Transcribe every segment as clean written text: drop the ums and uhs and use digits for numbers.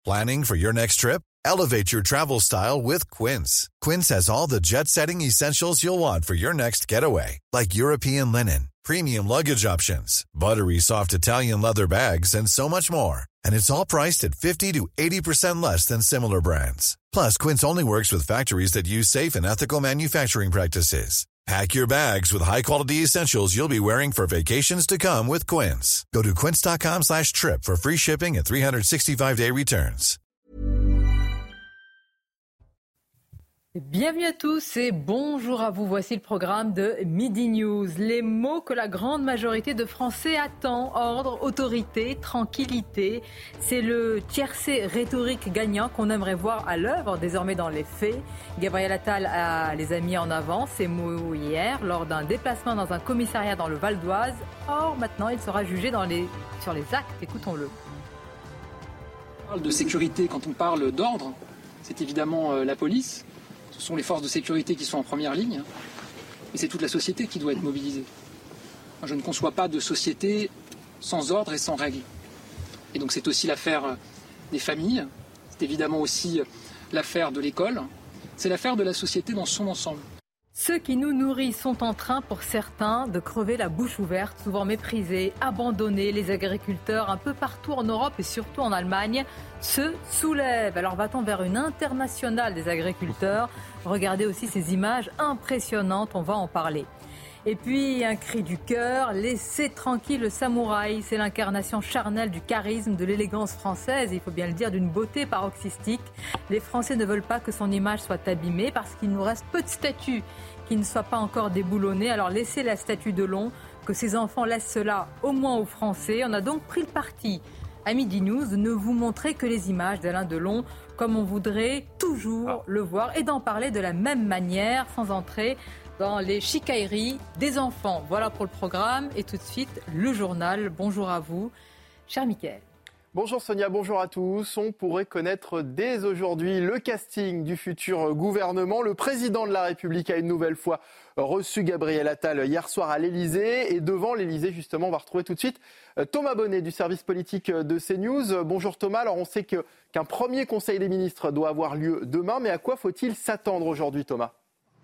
Planning for your next trip? Elevate your travel style with Quince. Quince has all the jet-setting essentials you'll want for your next getaway, like European linen, premium luggage options, buttery soft Italian leather bags, and so much more. And it's all priced at 50 to 80% less than similar brands. Plus, Quince only works with factories that use safe and ethical manufacturing practices. Pack your bags with high-quality essentials you'll be wearing for vacations to come with Quince. Go to quince.com/trip for free shipping and 365-day returns. Bienvenue à tous et bonjour à vous. Voici le programme de Midi News. Les mots que la grande majorité de Français attend: ordre, autorité, tranquillité. C'est le tiercé rhétorique gagnant qu'on aimerait voir à l'œuvre désormais dans les faits. Gabriel Attal les a mis en avant, ces mots, hier lors d'un déplacement dans un commissariat dans le Val d'Oise. Or maintenant il sera jugé sur les actes. Écoutons-le. On parle de sécurité quand on parle d'ordre, c'est évidemment la police. Ce sont les forces de sécurité qui sont en première ligne, mais c'est toute la société qui doit être mobilisée. Je ne conçois pas de société sans ordre et sans règles. Et donc c'est aussi l'affaire des familles, c'est évidemment aussi l'affaire de l'école, c'est l'affaire de la société dans son ensemble. Ceux qui nous nourrissent sont en train, pour certains, de crever la bouche ouverte, souvent méprisés, abandonnés. Les agriculteurs, un peu partout en Europe et surtout en Allemagne, se soulèvent. Alors va-t-on vers une internationale des agriculteurs ? Regardez aussi ces images impressionnantes, on va en parler. Et puis un cri du cœur, laissez tranquille le samouraï. C'est l'incarnation charnelle du charisme, de l'élégance française, il faut bien le dire, d'une beauté paroxystique. Les Français ne veulent pas que son image soit abîmée parce qu'il nous reste peu de statues qui ne soient pas encore déboulonnées. Alors laissez la statue de Delon, que ses enfants laissent cela au moins aux Français. On a donc pris le parti à Midi News de ne vous montrer que les images d'Alain Delon comme on voudrait toujours le voir et d'en parler de la même manière sans entrer dans les chicailleries des enfants. Voilà pour le programme et tout de suite le journal. Bonjour à vous, cher Mickaël. Bonjour Sonia, bonjour à tous. On pourrait connaître dès aujourd'hui le casting du futur gouvernement. Le président de la République a une nouvelle fois reçu Gabriel Attal hier soir à l'Elysée. Et devant l'Elysée, justement, on va retrouver tout de suite Thomas Bonnet du service politique de CNews. Bonjour Thomas, alors on sait qu'un premier conseil des ministres doit avoir lieu demain, mais à quoi faut-il s'attendre aujourd'hui Thomas ?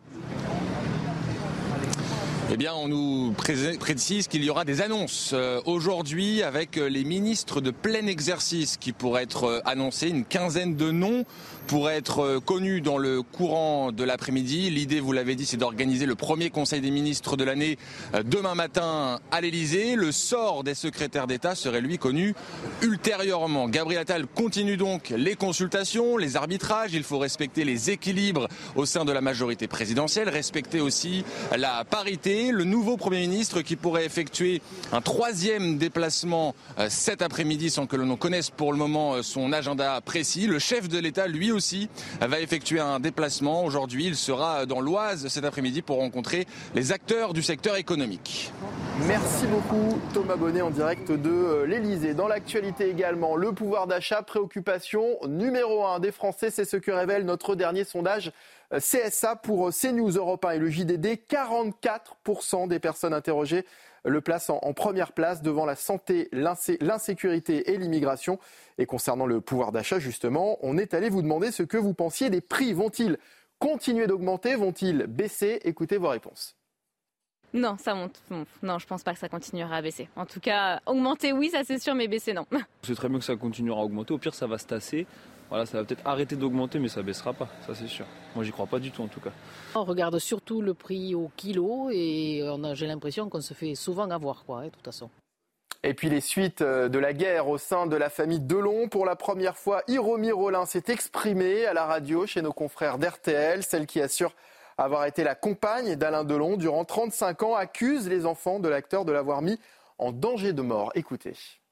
Eh bien, on nous précise qu'il y aura des annonces aujourd'hui avec les ministres de plein exercice qui pourraient être annoncés. Une quinzaine de noms pourraient être connus dans le courant de l'après-midi. L'idée, vous l'avez dit, c'est d'organiser le premier conseil des ministres de l'année demain matin à l'Elysée. Le sort des secrétaires d'État serait, lui, connu ultérieurement. Gabriel Attal continue donc les consultations, les arbitrages. Il faut respecter les équilibres au sein de la majorité présidentielle, respecter aussi la parité. Le nouveau Premier ministre qui pourrait effectuer un troisième déplacement cet après-midi sans que l'on connaisse pour le moment son agenda précis. Le chef de l'État, lui aussi, va effectuer un déplacement. Aujourd'hui, il sera dans l'Oise cet après-midi pour rencontrer les acteurs du secteur économique. Merci beaucoup Thomas Bonnet en direct de l'Elysée. Dans l'actualité également, le pouvoir d'achat, préoccupation numéro 1 des Français. C'est ce que révèle notre dernier sondage CSA pour CNews Europe 1 et le JDD. 44% des personnes interrogées le placent en première place devant la santé, l'insécurité et l'immigration. Et concernant le pouvoir d'achat, justement, on est allé vous demander ce que vous pensiez des prix. Vont-ils continuer d'augmenter ? Vont-ils baisser ? Écoutez vos réponses. Non, ça monte. Non, je pense pas que ça continuera à baisser. En tout cas, augmenter, oui, ça c'est sûr, mais baisser, non. C'est très bien que ça continuera à augmenter. Au pire, ça va se tasser. Voilà, ça va peut-être arrêter d'augmenter, mais ça baissera pas, ça c'est sûr. Moi, j'y crois pas du tout, en tout cas. On regarde surtout le prix au kilo et j'ai l'impression qu'on se fait souvent avoir, de toute façon. Et puis les suites de la guerre au sein de la famille Delon. Pour la première fois, Hiromi Rollin s'est exprimée à la radio chez nos confrères d'RTL. Celle qui assure avoir été la compagne d'Alain Delon durant 35 ans accuse les enfants de l'acteur de l'avoir mis en danger de mort. Écoutez.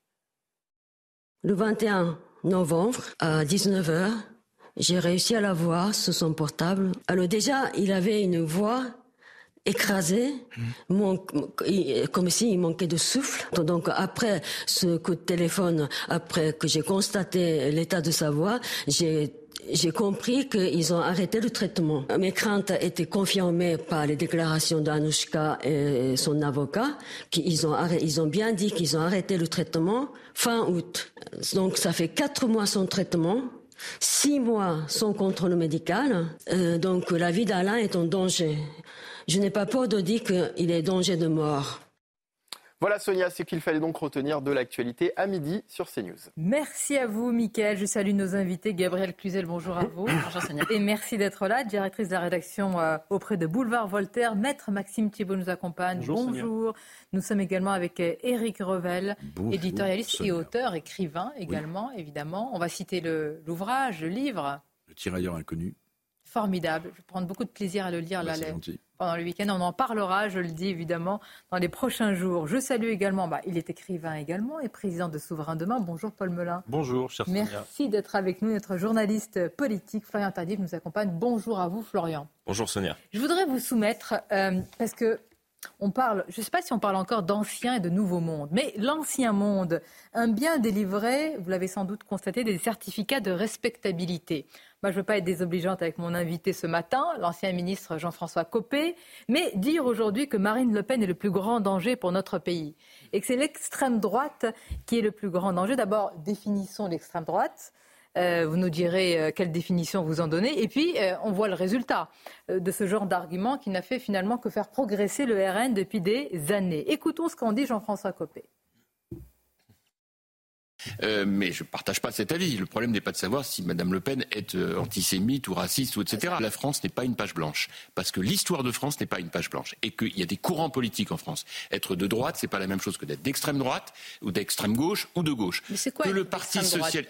Le 21 novembre, à 19h, j'ai réussi à la voir sur son portable. Alors déjà, il avait une voix écrasé, comme s'il manquait de souffle. Donc après ce coup de téléphone, après que j'ai constaté l'état de sa voix, j'ai compris qu'ils ont arrêté le traitement. Mes craintes étaient confirmées par les déclarations d'Anouchka et son avocat, qu'ils ont bien dit qu'ils ont arrêté le traitement fin août. Donc ça fait 4 mois sans traitement. 6 mois sans contrôle médical, donc la vie d'Alain est en danger. Je n'ai pas peur de dire qu'il est en danger de mort. Voilà Sonia, ce qu'il fallait donc retenir de l'actualité à midi sur CNews. Merci à vous Mickaël, je salue nos invités. Gabrielle Cluzel, bonjour à vous. Bonjour Sonia. Et merci d'être là, directrice de la rédaction auprès de Boulevard Voltaire. Maître Maxime Thiebaut nous accompagne. Bonjour. Nous sommes également avec Éric Revel, éditorialiste Sonia. Et auteur, écrivain également, évidemment. On va citer l'ouvrage, le livre. Le tirailleur inconnu. Formidable. Je vais prendre beaucoup de plaisir à le lire pendant le week-end. On en parlera, je le dis évidemment, dans les prochains jours. Je salue également, il est écrivain également et président de Souverain Demain. Bonjour Paul Melun. Bonjour, cher Sonia. Merci d'être avec nous. Notre journaliste politique, Florian Tardif, nous accompagne. Bonjour à vous, Florian. Bonjour Sonia. Je voudrais vous soumettre, parce que on parle, je ne sais pas si on parle encore d'ancien et de nouveau monde, mais l'ancien monde aime bien délivrer, vous l'avez sans doute constaté, des certificats de respectabilité. Moi, je ne veux pas être désobligeante avec mon invité ce matin, l'ancien ministre Jean-François Copé, mais dire aujourd'hui que Marine Le Pen est le plus grand danger pour notre pays et que c'est l'extrême droite qui est le plus grand danger. D'abord, définissons l'extrême droite. Vous nous direz quelle définition vous en donnez. Et puis, on voit le résultat de ce genre d'argument qui n'a fait finalement que faire progresser le RN depuis des années. Écoutons ce qu'en dit Jean-François Copé. Mais je ne partage pas cet avis. Le problème n'est pas de savoir si Mme Le Pen est antisémite ou raciste ou etc. La France n'est pas une page blanche. Parce que l'histoire de France n'est pas une page blanche. Et qu'il y a des courants politiques en France. Être de droite, c'est pas la même chose que d'être d'extrême droite ou d'extrême gauche ou de gauche. Mais c'est quoi que le Parti socialiste,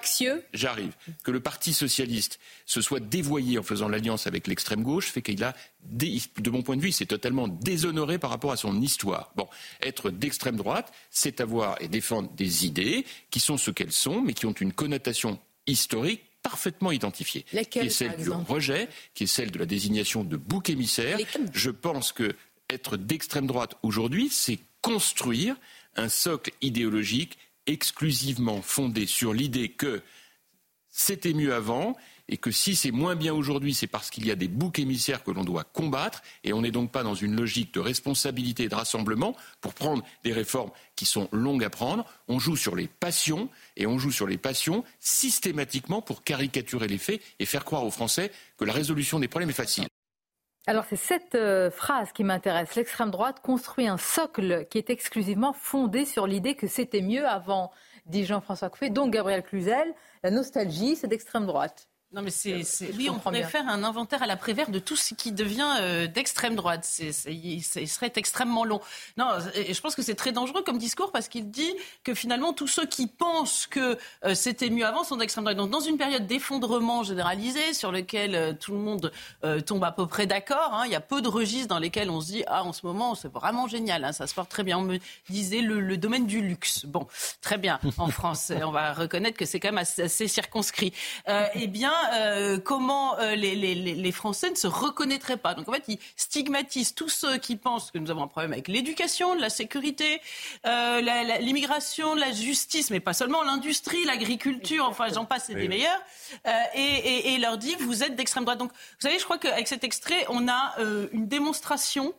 que le Parti socialiste se soit dévoyé en faisant l'alliance avec l'extrême gauche fait qu'il a, de mon point de vue, c'est totalement déshonoré par rapport à son histoire. Bon, être d'extrême droite, c'est avoir et défendre des idées qui sont ce qu'elles sont, mais qui ont une connotation historique parfaitement identifiée. Laquelle, qui est celle du rejet, qui est celle de la désignation de bouc émissaire. Je pense que être d'extrême droite aujourd'hui, c'est construire un socle idéologique exclusivement fondé sur l'idée que c'était mieux avant et que si c'est moins bien aujourd'hui, c'est parce qu'il y a des boucs émissaires que l'on doit combattre et on n'est donc pas dans une logique de responsabilité et de rassemblement pour prendre des réformes qui sont longues à prendre. On joue sur les passions et on joue sur les passions systématiquement pour caricaturer les faits et faire croire aux Français que la résolution des problèmes est facile. Alors c'est cette phrase qui m'intéresse. L'extrême droite construit un socle qui est exclusivement fondé sur l'idée que c'était mieux avant, dit Jean-François Copé. Donc Gabrielle Cluzel, la nostalgie, c'est d'extrême droite. Non mais oui, on pourrait faire un inventaire à la Prévert de tout ce qui devient d'extrême droite. Il serait extrêmement long. Non, et je pense que c'est très dangereux comme discours parce qu'il dit que finalement tous ceux qui pensent que c'était mieux avant sont d'extrême droite. Donc dans une période d'effondrement généralisé sur lequel tout le monde tombe à peu près d'accord, il y a peu de registres dans lesquels on se dit en ce moment c'est vraiment génial, ça se porte très bien. On me disait le domaine du luxe. Bon, très bien. En France, on va reconnaître que c'est quand même assez circonscrit. Eh bien comment les Français ne se reconnaîtraient pas. Donc en fait, ils stigmatisent tous ceux qui pensent que nous avons un problème avec l'éducation, la sécurité, l'immigration, la justice, mais pas seulement l'industrie, l'agriculture, enfin j'en passe, c'est des meilleurs, et leur dit vous êtes d'extrême droite. Donc vous savez, je crois qu'avec cet extrait, on a une démonstration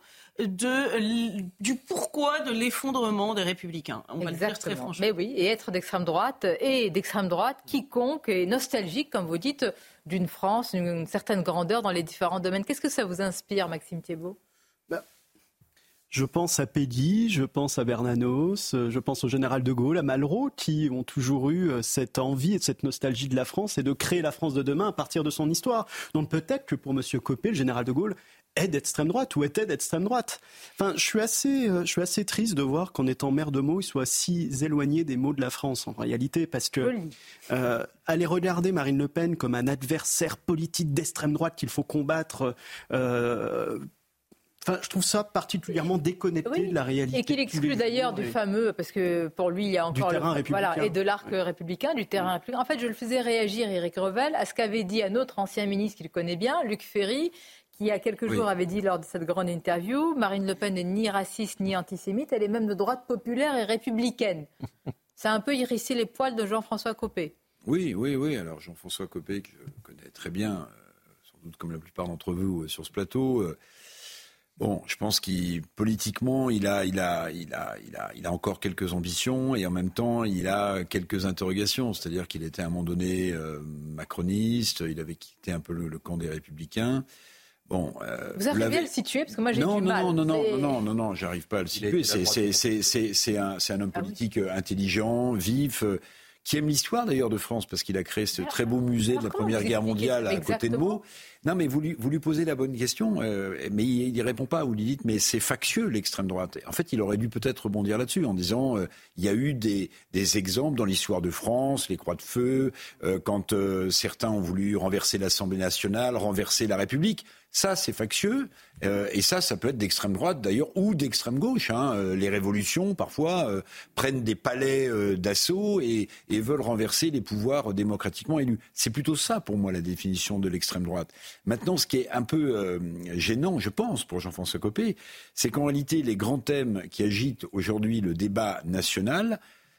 du pourquoi de l'effondrement des Républicains. On va le dire très franchement. Mais oui, et être d'extrême droite, quiconque est nostalgique, comme vous dites, d'une France, une certaine grandeur dans les différents domaines. Qu'est-ce que ça vous inspire, Maxime Thiebaut ? Je pense à Péguy, je pense à Bernanos, je pense au général de Gaulle, à Malraux, qui ont toujours eu cette envie et cette nostalgie de la France et de créer la France de demain à partir de son histoire. Donc peut-être que pour M. Copé, le général de Gaulle est d'extrême droite ou était d'extrême droite. Enfin, je suis assez triste de voir qu'en étant maire de Meaux, il soit si éloigné des mots de la France en réalité, parce que aller regarder Marine Le Pen comme un adversaire politique d'extrême droite qu'il faut combattre. Je trouve ça particulièrement déconnecté de la réalité. Et qu'il exclut d'ailleurs du fameux, parce que pour lui, il y a encore et de l'arc républicain, du terrain républicain. En fait, je le faisais réagir, Éric Revel, à ce qu'avait dit un autre ancien ministre qu'il connaît bien, Luc Ferry, qui, il y a quelques jours, avait dit lors de cette grande interview, Marine Le Pen n'est ni raciste ni antisémite, elle est même de droite populaire et républicaine. Ça a un peu hérissé les poils de Jean-François Copé. Oui. Alors Jean-François Copé, que je connais très bien, sans doute comme la plupart d'entre vous sur ce plateau, je pense qu'il politiquement, il a encore quelques ambitions et en même temps, il a quelques interrogations. C'est-à-dire qu'il était à un moment donné macroniste, il avait quitté un peu le camp des Républicains. Vous arrivez à le situer parce que moi j'ai du mal. Non, j'arrive pas à le situer. C'est un homme politique intelligent, vif. Qui aime l'histoire d'ailleurs de France, parce qu'il a créé ce très beau musée de la Première Guerre mondiale à côté de Meaux. Non, mais vous lui posez la bonne question, mais il n'y répond pas. Vous lui dites, mais c'est factieux l'extrême droite. En fait, il aurait dû peut-être rebondir là-dessus en disant, il y a eu des exemples dans l'histoire de France, les croix de feu, quand certains ont voulu renverser l'Assemblée nationale, renverser la République. Ça, c'est factieux, et ça peut être d'extrême droite d'ailleurs, ou d'extrême gauche. Les révolutions, parfois, prennent des palais d'assaut et veulent renverser les pouvoirs démocratiquement élus. C'est plutôt ça, pour moi, la définition de l'extrême droite. Maintenant, ce qui est un peu gênant, je pense, pour Jean-François Copé, c'est qu'en réalité, les grands thèmes qui agitent aujourd'hui le débat national,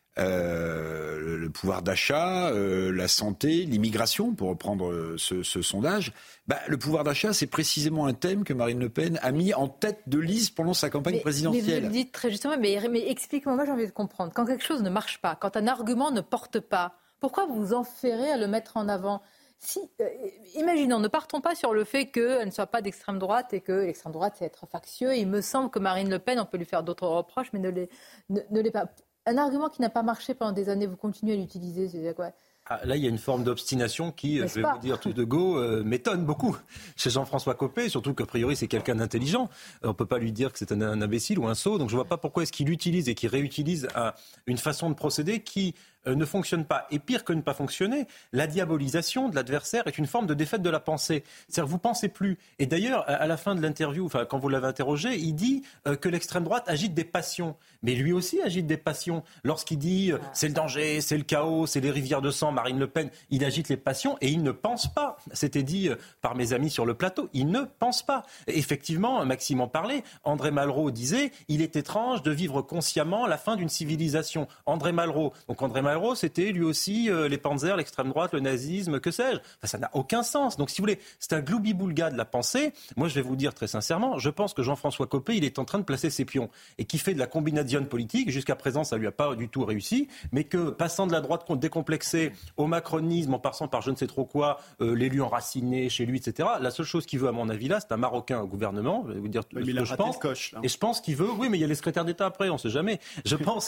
le pouvoir d'achat, la santé, l'immigration, pour reprendre ce sondage, le pouvoir d'achat, c'est précisément un thème que Marine Le Pen a mis en tête de liste pendant sa campagne présidentielle. Mais vous le dites très justement, mais expliquez-moi, moi j'ai envie de comprendre. Quand quelque chose ne marche pas, quand un argument ne porte pas, pourquoi vous vous enferrez à le mettre en avant ? Imaginons, ne partons pas sur le fait qu'elle ne soit pas d'extrême droite et que l'extrême droite, c'est être factieux. Il me semble que Marine Le Pen, on peut lui faire d'autres reproches, mais ne l'est pas. Un argument qui n'a pas marché pendant des années, vous continuez à l'utiliser, c'est quoi ? Là, il y a une forme d'obstination qui, je vais vous dire tout de go, m'étonne beaucoup chez Jean-François Copé, surtout qu'a priori c'est quelqu'un d'intelligent. On ne peut pas lui dire que c'est un imbécile ou un sot, donc je ne vois pas pourquoi est-ce qu'il utilise et qu'il réutilise une façon de procéder qui ne fonctionne pas. Et pire que ne pas fonctionner, la diabolisation de l'adversaire est une forme de défaite de la pensée. C'est-à-dire vous ne pensez plus. Et d'ailleurs, à la fin de l'interview, quand vous l'avez interrogé, il dit que l'extrême droite agite des passions. Mais lui aussi agite des passions. Lorsqu'il dit c'est le danger, c'est le chaos, c'est les rivières de sang, Marine Le Pen, il agite les passions et il ne pense pas. C'était dit par mes amis sur le plateau. Il ne pense pas. Et effectivement, Maxime en parlait. André Malraux disait il est étrange de vivre consciemment la fin d'une civilisation. André Malraux, c'était lui aussi les panzers, l'extrême droite, le nazisme, que sais-je. Ça n'a aucun sens. Donc si vous voulez, c'est un gloubi-boulga de la pensée. Moi, je vais vous dire très sincèrement, je pense que Jean-François Copé, il est en train de placer ses pions et qui fait de la combinaison politique. Jusqu'à présent, ça lui a pas du tout réussi, mais que passant de la droite décomplexée au macronisme, en passant par je ne sais trop quoi, l'élu enraciné chez lui, etc. La seule chose qu'il veut, à mon avis, là, c'est un Marocain au gouvernement. Je vais vous dire ce que je pense. Et je pense qu'il veut. Oui, mais il y a les secrétaires d'État après, on ne sait jamais. Je pense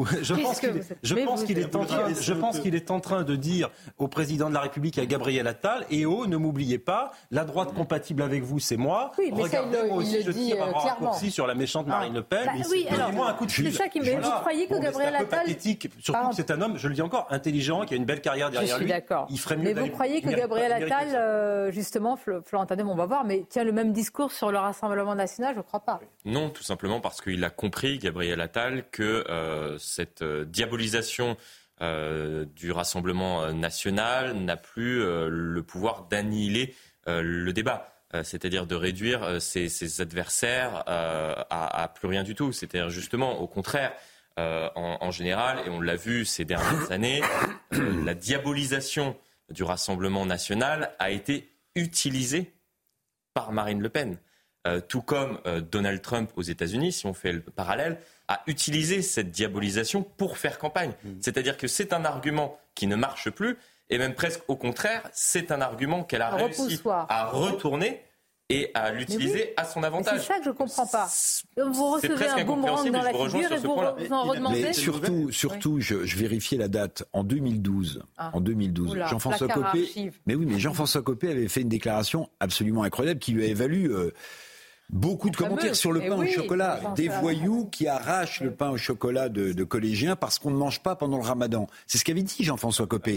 qu'il est en train de dire au président de la République, à Gabriel Attal, ne m'oubliez pas, la droite compatible avec vous, c'est moi. Oui, regardez, moi aussi, je tire un raccourci sur la méchante Marine Le Pen. Donnez-moi un coup de fil. C'est ça qui me dit. Vous croyez que Gabriel Attal... Surtout que c'est un homme, je le dis encore, intelligent, qui a une belle carrière derrière lui. Je suis d'accord. Il ferait mieux. Mais vous croyez que Gabriel Attal, justement, Florent Tadem, on va voir, mais tient le même discours sur le Rassemblement national? Je ne crois pas. Non, tout simplement parce qu'il a compris, Gabriel Attal, que cette diabolisation du Rassemblement national n'a plus le pouvoir d'annihiler le débat. C'est-à-dire de réduire ses adversaires à plus rien du tout. C'est-à-dire justement, au contraire, en général, et on l'a vu ces dernières années, la diabolisation du Rassemblement national a été utilisée par Marine Le Pen. Tout comme Donald Trump aux États-Unis, si on fait le parallèle, a utilisé cette diabolisation pour faire campagne. C'est-à-dire que c'est un argument qui ne marche plus, et même presque au contraire, c'est un argument qu'elle a réussi à retourner et à l'utiliser à son avantage. C'est ça que je ne comprends pas. Vous recevez un boomerang dans la figure et vous en redemandez. Mais surtout, je vérifiais la date, en 2012. En 2012, Oula, Jean-François Copé. Mais oui, mais Jean-François Copé avait fait une déclaration absolument incroyable qui lui avait valu Beaucoup de commentaires sur le pain au chocolat. Des voyous qui arrachent le pain au chocolat de collégiens parce qu'on ne mange pas pendant le ramadan. C'est ce qu'avait dit Jean-François Copé,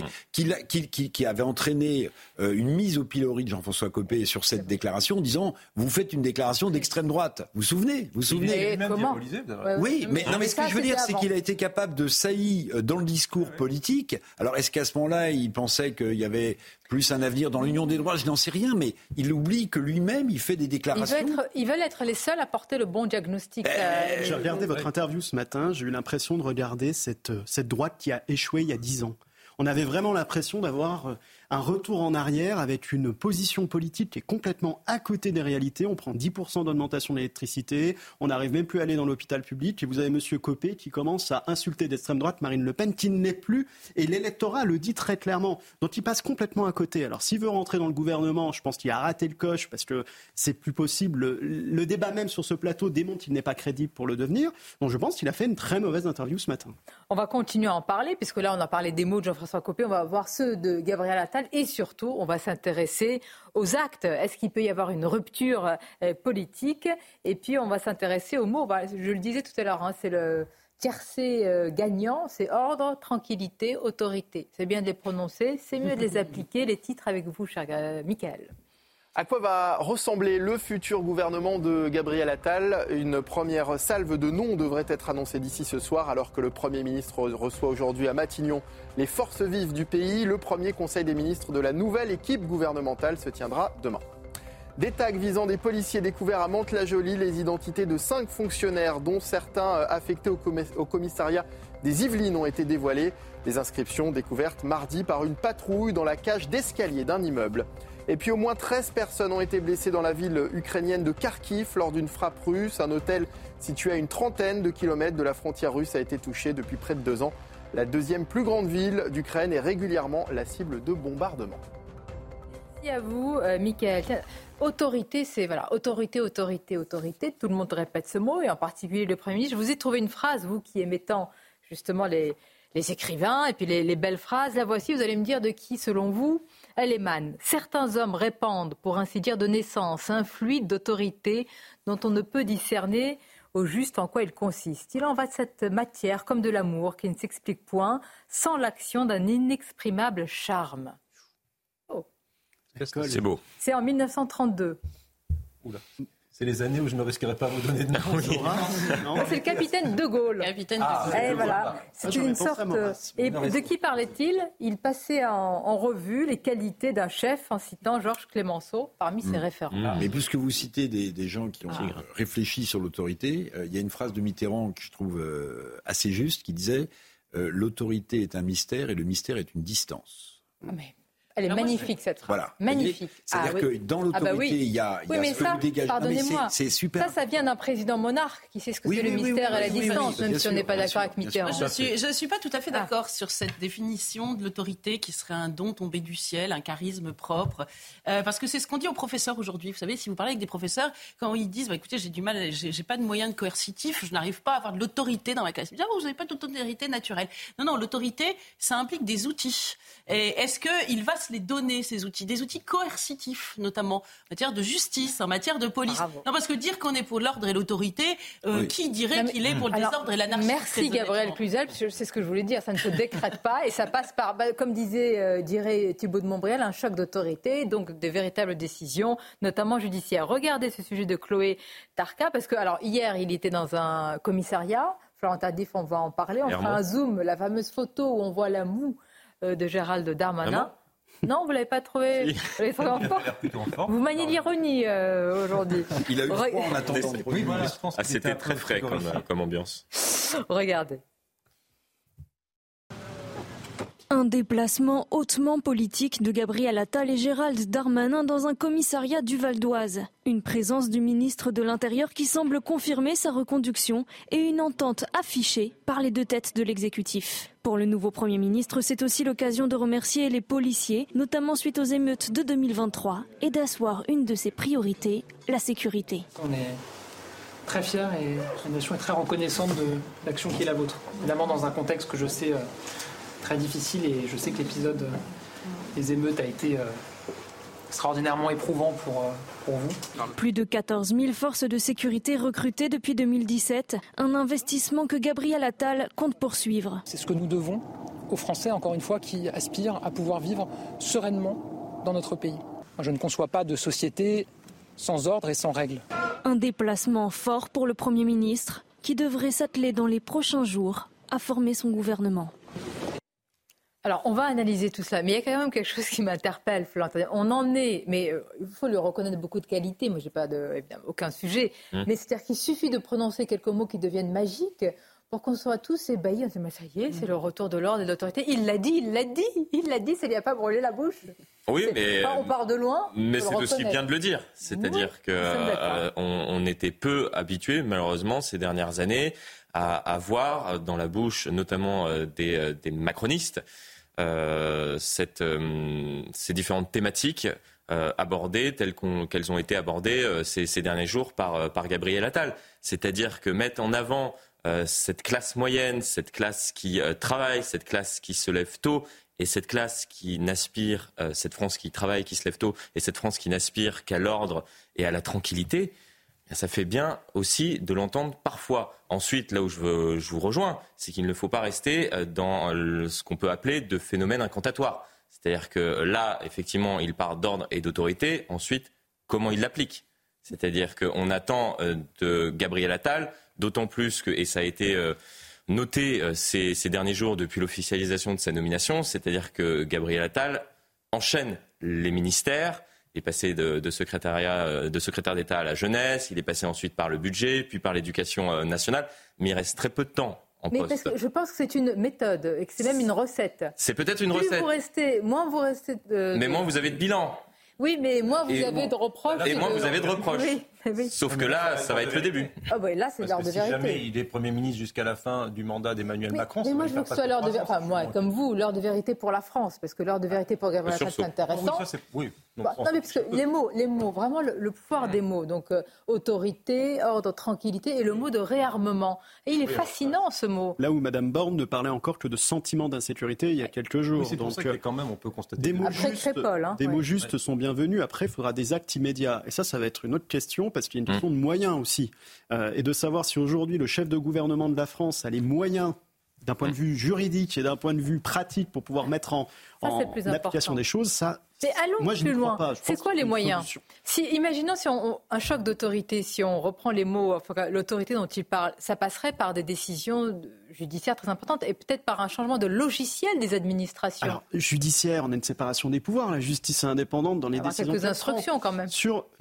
qui avait entraîné une mise au pilori de Jean-François Copé sur cette déclaration en disant « Vous faites une déclaration d'extrême droite ». Vous vous souvenez Comment Oui, mais ce que je veux dire, c'est qu'il a été capable de saillir dans le discours politique. Alors, est-ce qu'à ce moment-là, il pensait qu'il y avait plus un avenir dans l'union des droits? Je n'en sais rien, mais il oublie que lui-même, il fait des déclarations. Ils veulent être les seuls à porter le bon diagnostic. J'ai regardé votre interview ce matin, j'ai eu l'impression de regarder cette droite qui a échoué il y a 10 ans. On avait vraiment l'impression d'avoir un retour en arrière avec une position politique qui est complètement à côté des réalités. On prend 10% d'augmentation de l'électricité, on n'arrive même plus à aller dans l'hôpital public. Et vous avez M. Copé qui commence à insulter d'extrême droite Marine Le Pen, qui ne l'est plus. Et l'électorat le dit très clairement. Donc il passe complètement à côté. Alors s'il veut rentrer dans le gouvernement, je pense qu'il a raté le coche parce que c'est plus possible. Le débat même sur ce plateau démontre qu'il n'est pas crédible pour le devenir. Donc je pense qu'il a fait une très mauvaise interview ce matin. On va continuer à en parler, puisque là on a parlé des mots de Jean-François Copé. On va voir ceux de Gabriel Attal. Et surtout, on va s'intéresser aux actes. Est-ce qu'il peut y avoir une rupture politique? Et puis, on va s'intéresser aux mots. Je le disais tout à l'heure, c'est le tiercé gagnant, c'est ordre, tranquillité, autorité. C'est bien de les prononcer, c'est mieux de les appliquer. Les titres avec vous, cher Mickaël. À quoi va ressembler le futur gouvernement de Gabriel Attal? Une première salve de noms devrait être annoncée d'ici ce soir, alors que le Premier ministre reçoit aujourd'hui à Matignon les forces vives du pays. Le premier conseil des ministres de la nouvelle équipe gouvernementale se tiendra demain. Des tags visant des policiers découverts à Mantes-la-Jolie, les identités de 5 fonctionnaires, dont certains affectés au commissariat des Yvelines, ont été dévoilées. Les inscriptions découvertes mardi par une patrouille dans la cage d'escalier d'un immeuble. Et puis au moins 13 personnes ont été blessées dans la ville ukrainienne de Kharkiv lors d'une frappe russe. Un hôtel situé à une trentaine de kilomètres de la frontière russe a été touché depuis près de 2 ans. La deuxième plus grande ville d'Ukraine est régulièrement la cible de bombardements. Merci à vous, Mickaël. Autorité, c'est autorité. Tout le monde répète ce mot, et en particulier le Premier ministre. Je vous ai trouvé une phrase, vous qui aimez tant justement les écrivains et puis les belles phrases. La voici, vous allez me dire de qui, selon vous, elle émane. Certains hommes répandent, pour ainsi dire, de naissance, un fluide d'autorité dont on ne peut discerner au juste en quoi il consiste. Il en va de cette matière comme de l'amour qui ne s'explique point sans l'action d'un inexprimable charme. Oh. C'est beau. C'est en 1932. Oula. C'est les années où je ne risquerais pas à vous donner de nom. C'est le capitaine de Gaulle. Et voilà. C'est une sorte. Et de qui parlait-il? Il passait en revue les qualités d'un chef en citant Georges Clemenceau parmi ses référents. Mais puisque vous citez des gens qui ont réfléchi sur l'autorité, il y a une phrase de Mitterrand que je trouve assez juste qui disait l'autorité est un mystère et le mystère est une distance. Mais... Elle est magnifique, cette phrase. Voilà. Magnifique. C'est-à-dire que dans l'autorité, il y a ce que vous dégagez. Pardonnez-moi. C'est super. Ça vient d'un président monarque qui sait ce que c'est le mystère et la distance, même si on n'est pas d'accord avec Mitterrand. Je ne suis pas tout à fait d'accord sur cette définition de l'autorité qui serait un don tombé du ciel, un charisme propre. Parce que c'est ce qu'on dit aux professeurs aujourd'hui. Vous savez, si vous parlez avec des professeurs, quand ils disent écoutez, j'ai du mal, j'ai pas de moyens coercitifs, je n'arrive pas à avoir de l'autorité dans ma classe. Ils disent vous n'avez pas d'autorité naturelle. Non, l'autorité, ça implique des outils. Et est-ce qu'il va les donner, ces outils, des outils coercitifs, notamment en matière de justice, en matière de police. Bravo. Non, parce que dire qu'on est pour l'ordre et l'autorité, qui dirait qu'il est pour le désordre et l'anarchie? Merci Gabriel Cluzel, parce que c'est ce que je voulais dire, ça ne se décrète pas et ça passe par, comme dirait Thibault de Montbrial, un choc d'autorité, donc de véritables décisions, notamment judiciaires. Regardez ce sujet de Chloé Tarka, parce que alors hier il était dans un commissariat, Florent Tardif, on va en parler, on fera un zoom, la fameuse photo où on voit la moue de Gérald Darmanin. Non, vous ne l'avez pas trouvé. Vous maniez l'ironie aujourd'hui. Il a eu froid en attendant. C'était très frais comme ambiance. Regardez. Un déplacement hautement politique de Gabriel Attal et Gérald Darmanin dans un commissariat du Val d'Oise. Une présence du ministre de l'Intérieur qui semble confirmer sa reconduction et une entente affichée par les 2 têtes de l'exécutif. Pour le nouveau Premier ministre, c'est aussi l'occasion de remercier les policiers, notamment suite aux émeutes de 2023, et d'asseoir une de ses priorités, la sécurité. On est très fiers et la nation est très reconnaissante de l'action qui est la vôtre. Évidemment dans un contexte que je sais très difficile et je sais que l'épisode des émeutes a été extraordinairement éprouvant pour vous. Plus de 14 000 forces de sécurité recrutées depuis 2017, un investissement que Gabriel Attal compte poursuivre. C'est ce que nous devons aux Français, encore une fois, qui aspirent à pouvoir vivre sereinement dans notre pays. Moi, je ne conçois pas de société sans ordre et sans règles. Un déplacement fort pour le Premier ministre qui devrait s'atteler dans les prochains jours à former son gouvernement. Alors, on va analyser tout ça, mais il y a quand même quelque chose qui m'interpelle, Florent. On en est, mais il faut lui reconnaître beaucoup de qualités. Moi, je n'ai pas évidemment aucun sujet. Mais c'est-à-dire qu'il suffit de prononcer quelques mots qui deviennent magiques pour qu'on soit tous ébahis. On se dit, ça y est, c'est le retour de l'ordre et de l'autorité. Il l'a dit, ça lui a pas brûlé la bouche. Oui, mais on part de loin. Mais c'est aussi bien de le dire. C'est-à-dire qu'on était peu habitués, malheureusement, ces dernières années, à voir dans la bouche, notamment des macronistes, ces différentes thématiques abordées telles qu'elles ont été abordées ces derniers jours par Gabriel Attal. C'est-à-dire que mettre en avant cette classe moyenne, cette classe qui travaille, cette classe qui se lève tôt, et cette classe qui n'aspire, cette France qui travaille, qui se lève tôt, et cette France qui n'aspire qu'à l'ordre et à la tranquillité, ça fait bien aussi de l'entendre parfois. Ensuite, là où je vous rejoins, c'est qu'il ne faut pas rester dans ce qu'on peut appeler de phénomène incantatoire. C'est-à-dire que là, effectivement, il parle d'ordre et d'autorité. Ensuite, comment il l'applique ? C'est-à-dire qu'on attend de Gabriel Attal, d'autant plus que, et ça a été noté ces derniers jours depuis l'officialisation de sa nomination, c'est-à-dire que Gabriel Attal enchaîne les ministères. Il est passé de secrétaire d'État à la jeunesse, il est passé ensuite par le budget, puis par l'éducation nationale, mais il reste très peu de temps en poste. Parce que je pense que c'est une méthode et que c'est même une recette. C'est peut-être une recette. Moins vous restez mais moins vous avez de bilan. Oui, mais moins vous avez de reproches. Et moins vous avez de reproches. Oui. Sauf que là, ça va être le début. Ah oui, là, c'est l'heure de vérité. Si jamais il est Premier ministre jusqu'à la fin du mandat d'Emmanuel Macron... Mais moi, je veux que ce soit l'heure de vérité. Enfin, moi, comme vous, l'heure de vérité pour la France. Parce que l'heure de vérité pour Gabriel Attal, c'est intéressant. Oui, non, mais parce que les mots, vraiment le pouvoir des mots. Donc, autorité, ordre, tranquillité et le mot de réarmement. Et il est fascinant, ce mot. Là où Mme Borne ne parlait encore que de sentiment d'insécurité il y a quelques jours. Oui, c'est pour ça que quand même, on peut constater... Des mots justes sont bienvenus. Après, il faudra des actes immédiats. Et ça va être une autre question, parce qu'il y a une question de moyens aussi. Et de savoir si aujourd'hui, le chef de gouvernement de la France a les moyens, d'un point de vue juridique et d'un point de vue pratique, pour pouvoir mettre en application des choses, ça... Mais allons plus loin. C'est quoi les moyens ? Imaginons un choc d'autorité, si on reprend les mots, l'autorité dont il parle, ça passerait par des décisions judiciaires très importantes et peut-être par un changement de logiciel des administrations. Alors, judiciaire, on a une séparation des pouvoirs. La justice est indépendante dans les décisions. Quelques instructions quand même.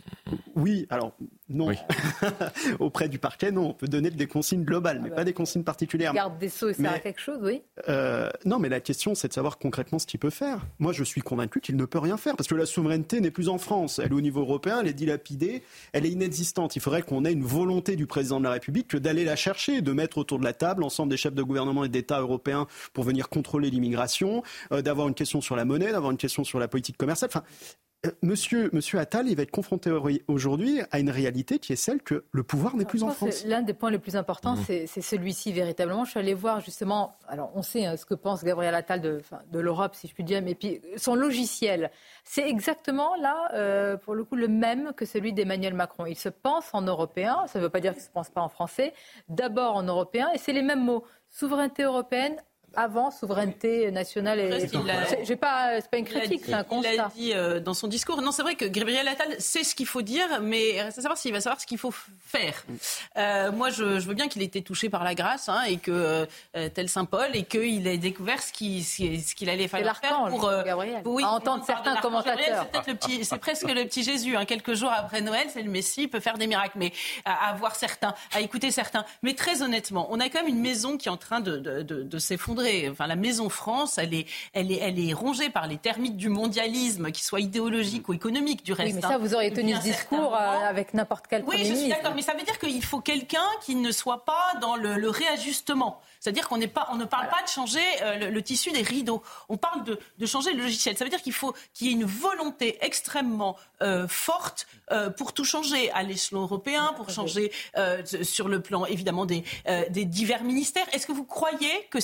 Oui, alors non. Oui. Auprès du parquet, non. On peut donner des consignes globales, mais pas des consignes particulières. Garde des Sceaux, ça a quelque chose, oui. Non, mais la question, c'est de savoir concrètement ce qu'il peut faire. Moi, je suis convaincu qu'il ne peut rien faire, parce que la souveraineté n'est plus en France. Elle est au niveau européen, elle est dilapidée, elle est inexistante. Il faudrait qu'on ait une volonté du président de la République que d'aller la chercher, de mettre autour de la table l'ensemble des chefs de gouvernement et d'État européens pour venir contrôler l'immigration, d'avoir une question sur la monnaie, d'avoir une question sur la politique commerciale. Enfin, Monsieur Attal, il va être confronté aujourd'hui à une réalité qui est celle que le pouvoir n'est plus en France. L'un des points les plus importants, c'est celui-ci véritablement. Je suis allée voir justement, alors on sait ce que pense Gabriel Attal de l'Europe, si je puis dire, mais puis son logiciel, c'est exactement là, pour le coup, le même que celui d'Emmanuel Macron. Il se pense en européen, ça ne veut pas dire qu'il ne se pense pas en français, d'abord en européen, et c'est les mêmes mots. Souveraineté européenne, avant souveraineté nationale. C'est pas une critique, c'est un constat. Il l'a dit dans son discours. Non, c'est vrai que Gabriel Attal sait ce qu'il faut dire, mais reste à savoir s'il va savoir ce qu'il faut faire. Moi, je veux bien qu'il ait été touché par la grâce, et que tel Saint Paul, et qu'il ait découvert ce qu'il allait falloir faire pour Gabriel. À entendre certains commentateurs. C'est presque le petit Jésus. Quelques jours après Noël, c'est le Messie, il peut faire des miracles. Mais à voir certains, à écouter certains. Mais très honnêtement, on a quand même une maison qui est en train de s'effondrer. Enfin, la maison France, elle est rongée par les termites du mondialisme, qu'ils soient idéologiques ou économiques, du reste. Oui, mais ça, vous auriez tenu ce discours avec n'importe quel Premier ministre. Oui, je suis d'accord, mais ça veut dire qu'il faut quelqu'un qui ne soit pas dans le réajustement. C'est-à-dire qu'on ne parle pas de changer le tissu des rideaux. On parle de changer le logiciel. Ça veut dire qu'il faut qu'il y ait une volonté extrêmement forte pour tout changer à l'échelon européen, pour changer sur le plan, évidemment, des divers ministères. Est-ce que vous croyez que cette volonté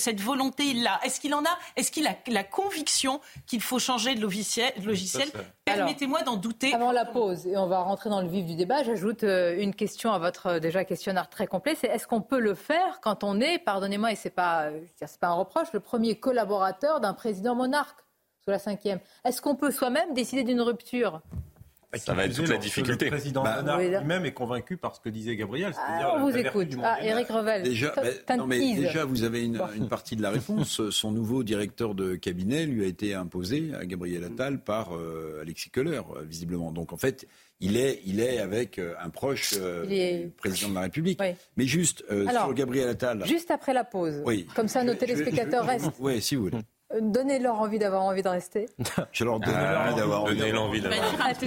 volonté il l'a? Est-ce qu'il a la conviction qu'il faut changer de logiciel? Permettez-moi d'en douter. Avant la pause, et on va rentrer dans le vif du débat, j'ajoute une question à votre déjà questionnaire très complet. C'est est-ce qu'on peut le faire quand on est, pardonnez-moi, et c'est pas un reproche, le premier collaborateur d'un président monarque sous la 5e? Est-ce qu'on peut soi-même décider d'une rupture? Ça va être toute la difficulté. Le président monarque lui-même est convaincu par ce que disait Gabriel. On vous écoute. Éric Revel. Déjà, vous avez une partie de la réponse. Son nouveau directeur de cabinet lui a été imposé à Gabriel Attal par Alexis Kohler, visiblement. Donc en fait, il est avec un proche du président de la République. Oui. Mais juste sur Gabriel Attal. Juste après la pause. Oui. Comme ça, nos téléspectateurs restent. Oui, si vous voulez. Donnez-leur d'avoir envie de rester. Je leur donne d'avoir envie. Donnez l'envie d'avoir envie.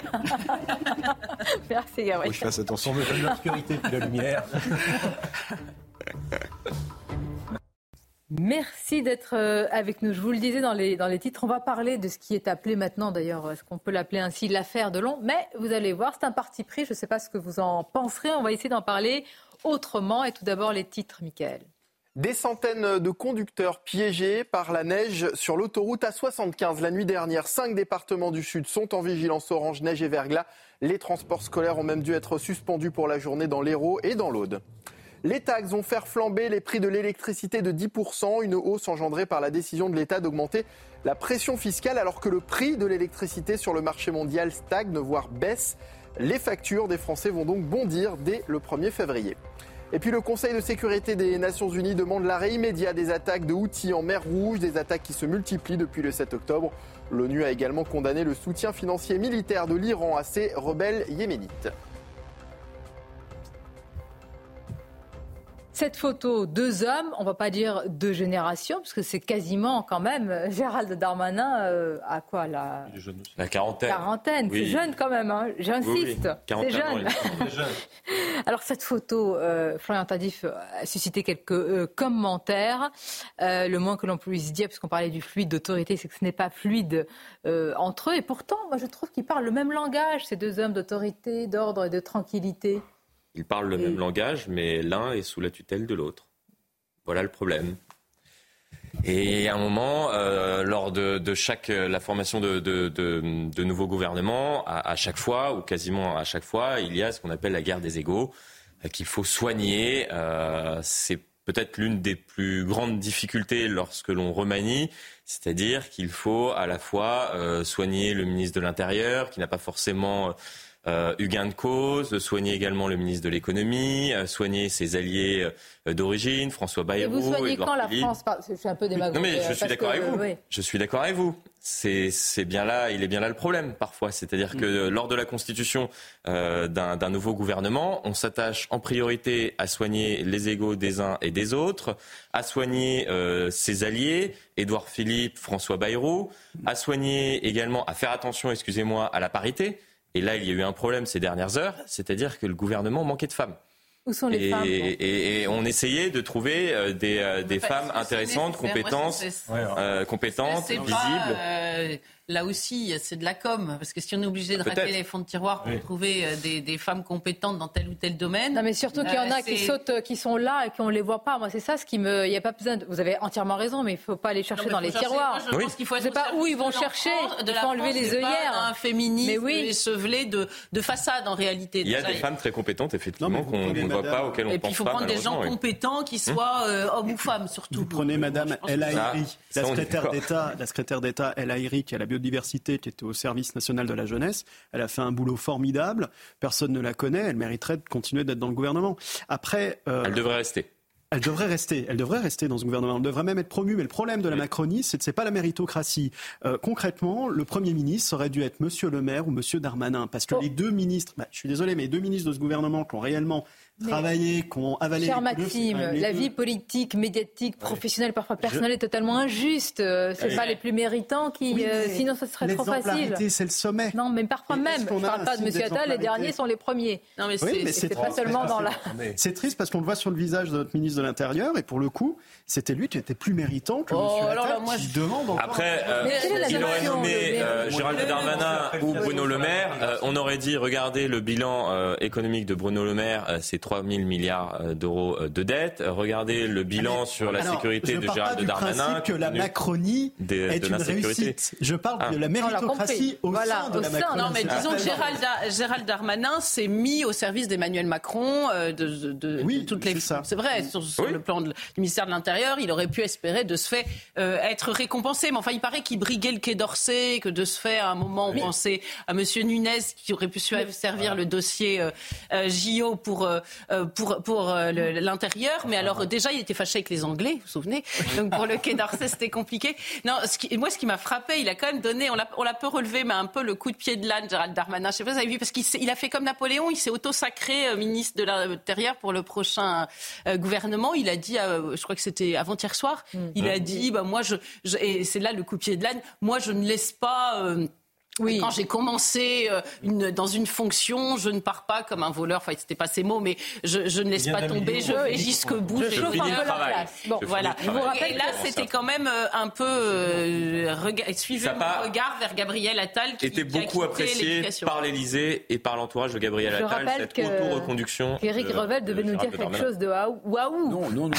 Merci Gabriel. Faut que je fasse attention. On me donne l'obscurité puis la lumière. Merci d'être avec nous. Je vous le disais dans les titres, on va parler de ce qui est appelé maintenant, d'ailleurs, est-ce qu'on peut l'appeler ainsi, l'affaire Delon. Mais vous allez voir, c'est un parti pris. Je ne sais pas ce que vous en penserez. On va essayer d'en parler autrement. Et tout d'abord, les titres, Mickaël. Des centaines de conducteurs piégés par la neige sur l'autoroute A75 la nuit dernière. 5 départements du Sud sont en vigilance orange, neige et verglas. Les transports scolaires ont même dû être suspendus pour la journée dans l'Hérault et dans l'Aude. Les taxes vont faire flamber les prix de l'électricité de 10%, une hausse engendrée par la décision de l'État d'augmenter la pression fiscale alors que le prix de l'électricité sur le marché mondial stagne, voire baisse. Les factures des Français vont donc bondir dès le 1er février. Et puis le Conseil de sécurité des Nations Unies demande l'arrêt immédiat des attaques de Houthis en mer Rouge, des attaques qui se multiplient depuis le 7 octobre. L'ONU a également condamné le soutien financier et militaire de l'Iran à ces rebelles yéménites. Cette photo, 2 hommes, on ne va pas dire 2 générations, parce que c'est quasiment quand même Gérald Darmanin à quoi la quarantaine. Oui. C'est jeune quand même, hein. J'insiste, oui. C'est jeune. Alors cette photo, Florian Tardif a suscité quelques commentaires. Le moins que l'on puisse dire, puisqu'on parlait du fluide d'autorité, c'est que ce n'est pas fluide entre eux. Et pourtant, moi je trouve qu'ils parlent le même langage, ces 2 hommes d'autorité, d'ordre et de tranquillité. Ils parlent le même langage, mais l'un est sous la tutelle de l'autre. Voilà le problème. Et à un moment, lors de la formation de nouveaux gouvernements, à chaque fois, ou quasiment à chaque fois, il y a ce qu'on appelle la guerre des égos, qu'il faut soigner. C'est peut-être l'une des plus grandes difficultés lorsque l'on remanie, c'est-à-dire qu'il faut à la fois soigner le ministre de l'Intérieur, qui n'a pas forcément eu gain de cause, soigner également le ministre de l'économie, soigner ses alliés d'origine, François Bayrou. Et vous soignez quand la France? Je suis un peu démagogue. Non mais je suis d'accord avec vous. Oui. Je suis d'accord avec vous. C'est bien là, il est bien là le problème parfois. C'est-à-dire que lors de la constitution d'un nouveau gouvernement, on s'attache en priorité à soigner les égos des uns et des autres, à soigner ses alliés, Édouard Philippe, François Bayrou, à soigner également, à faire attention, à la parité. Et là, il y a eu un problème ces dernières heures, c'est-à-dire que le gouvernement manquait de femmes. Où sont les femmes et on essayait de trouver des femmes intéressantes, compétentes, visibles. Là aussi, c'est de la com, parce que si on est obligé de raquer les fonds de tiroir pour trouver des femmes compétentes dans tel ou tel domaine... Non, mais surtout qu'il y en a qui sont là et qu'on ne les voit pas. Moi, c'est ça ce qui me... Il y a pas besoin Vous avez entièrement raison, mais il ne faut pas aller chercher dans les tiroirs. Je pense qu'il faut être... Je ne sais pas où ils vont chercher. Il faut enlever les œillères. Un féminisme essevelé de façade, en réalité. Il y a des femmes très compétentes, effectivement, qu'on ne voit pas, auxquelles on pense pas. Et puis, il faut prendre des gens compétents, qui soient hommes ou femmes, surtout. Vous prenez Madame El Haïry, la secrétaire d'État El Haïry, qui a la biodiversité, qui était au service national de la jeunesse. Elle a fait un boulot formidable. Personne ne la connaît. Elle mériterait de continuer d'être dans le gouvernement. Après, elle devrait rester. Elle devrait rester dans ce gouvernement. Elle devrait même être promue. Mais le problème de la Macronie, c'est pas la méritocratie. Concrètement, le Premier ministre aurait dû être Monsieur Le Maire ou Monsieur Darmanin. Parce que les 2 ministres, je suis désolé, mais les 2 ministres de ce gouvernement qui ont réellement travaillé, qui ont avalé... Cher Maxime, la vie politique, médiatique, professionnelle, parfois personnelle, est totalement injuste. C'est pas les plus méritants qui... sinon, ça serait trop facile. L'exemplarité, c'est le sommet. Non, mais parfois même. Je ne parle pas de M. Attal, les derniers sont les premiers. Non, mais c'est pas seulement dans la... C'est triste parce qu'on le voit sur le visage de notre ministre de l'Intérieur, et pour le coup, c'était lui qui était plus méritant que M. Attal, qui demande encore... Après, il aurait nommé Gérald Darmanin ou Bruno Le Maire, on aurait dit, regardez le bilan économique de Bruno Le Maire, c'est 3 000 milliards d'euros de dette. Regardez le bilan sur la sécurité de Gérald Darmanin. Je ne parle pas du principe que la Macronie est une réussite. Je parle de la méritocratie au sein de la Macronie. Non, mais disons que Gérald Darmanin s'est mis au service d'Emmanuel Macron de toutes les... C'est vrai, sur le plan du ministère de l'Intérieur, il aurait pu espérer de ce fait être récompensé. Mais enfin, il paraît qu'il briguait le Quai d'Orsay, que de ce fait, à un moment, on pensait à M. Nunez, qui aurait pu servir le dossier JO pour l'intérieur. Mais alors, déjà, il était fâché avec les Anglais, vous vous souvenez. Donc, pour le Quai d'Orsay, c'était compliqué. Non, ce qui m'a frappé, il a quand même donné, on l'a peu relevé, mais un peu le coup de pied de l'âne, Gérald Darmanin. Je sais pas si vous avez vu, parce qu'il a fait comme Napoléon, il s'est auto-sacré ministre de l'Intérieur pour le prochain gouvernement. Il a dit, je crois que c'était avant-hier soir, il a dit, moi, et c'est là le coup de pied de l'âne, moi, je ne laisse pas... Quand j'ai commencé dans une fonction, je ne pars pas comme un voleur. Enfin, c'était pas ces mots, mais je ne laisse pas tomber. Je vais jusqu'au bout. Je finis le travail. Bon, voilà. Je vous rappelle et là, c'était quand même un peu suivez mon regard vers Gabriel Attal, qui était beaucoup apprécié par l'Élysée et par l'entourage de Gabriel Attal. Cette auto-reconduction. Éric Revel devait nous dire quelque chose de waouh. Non.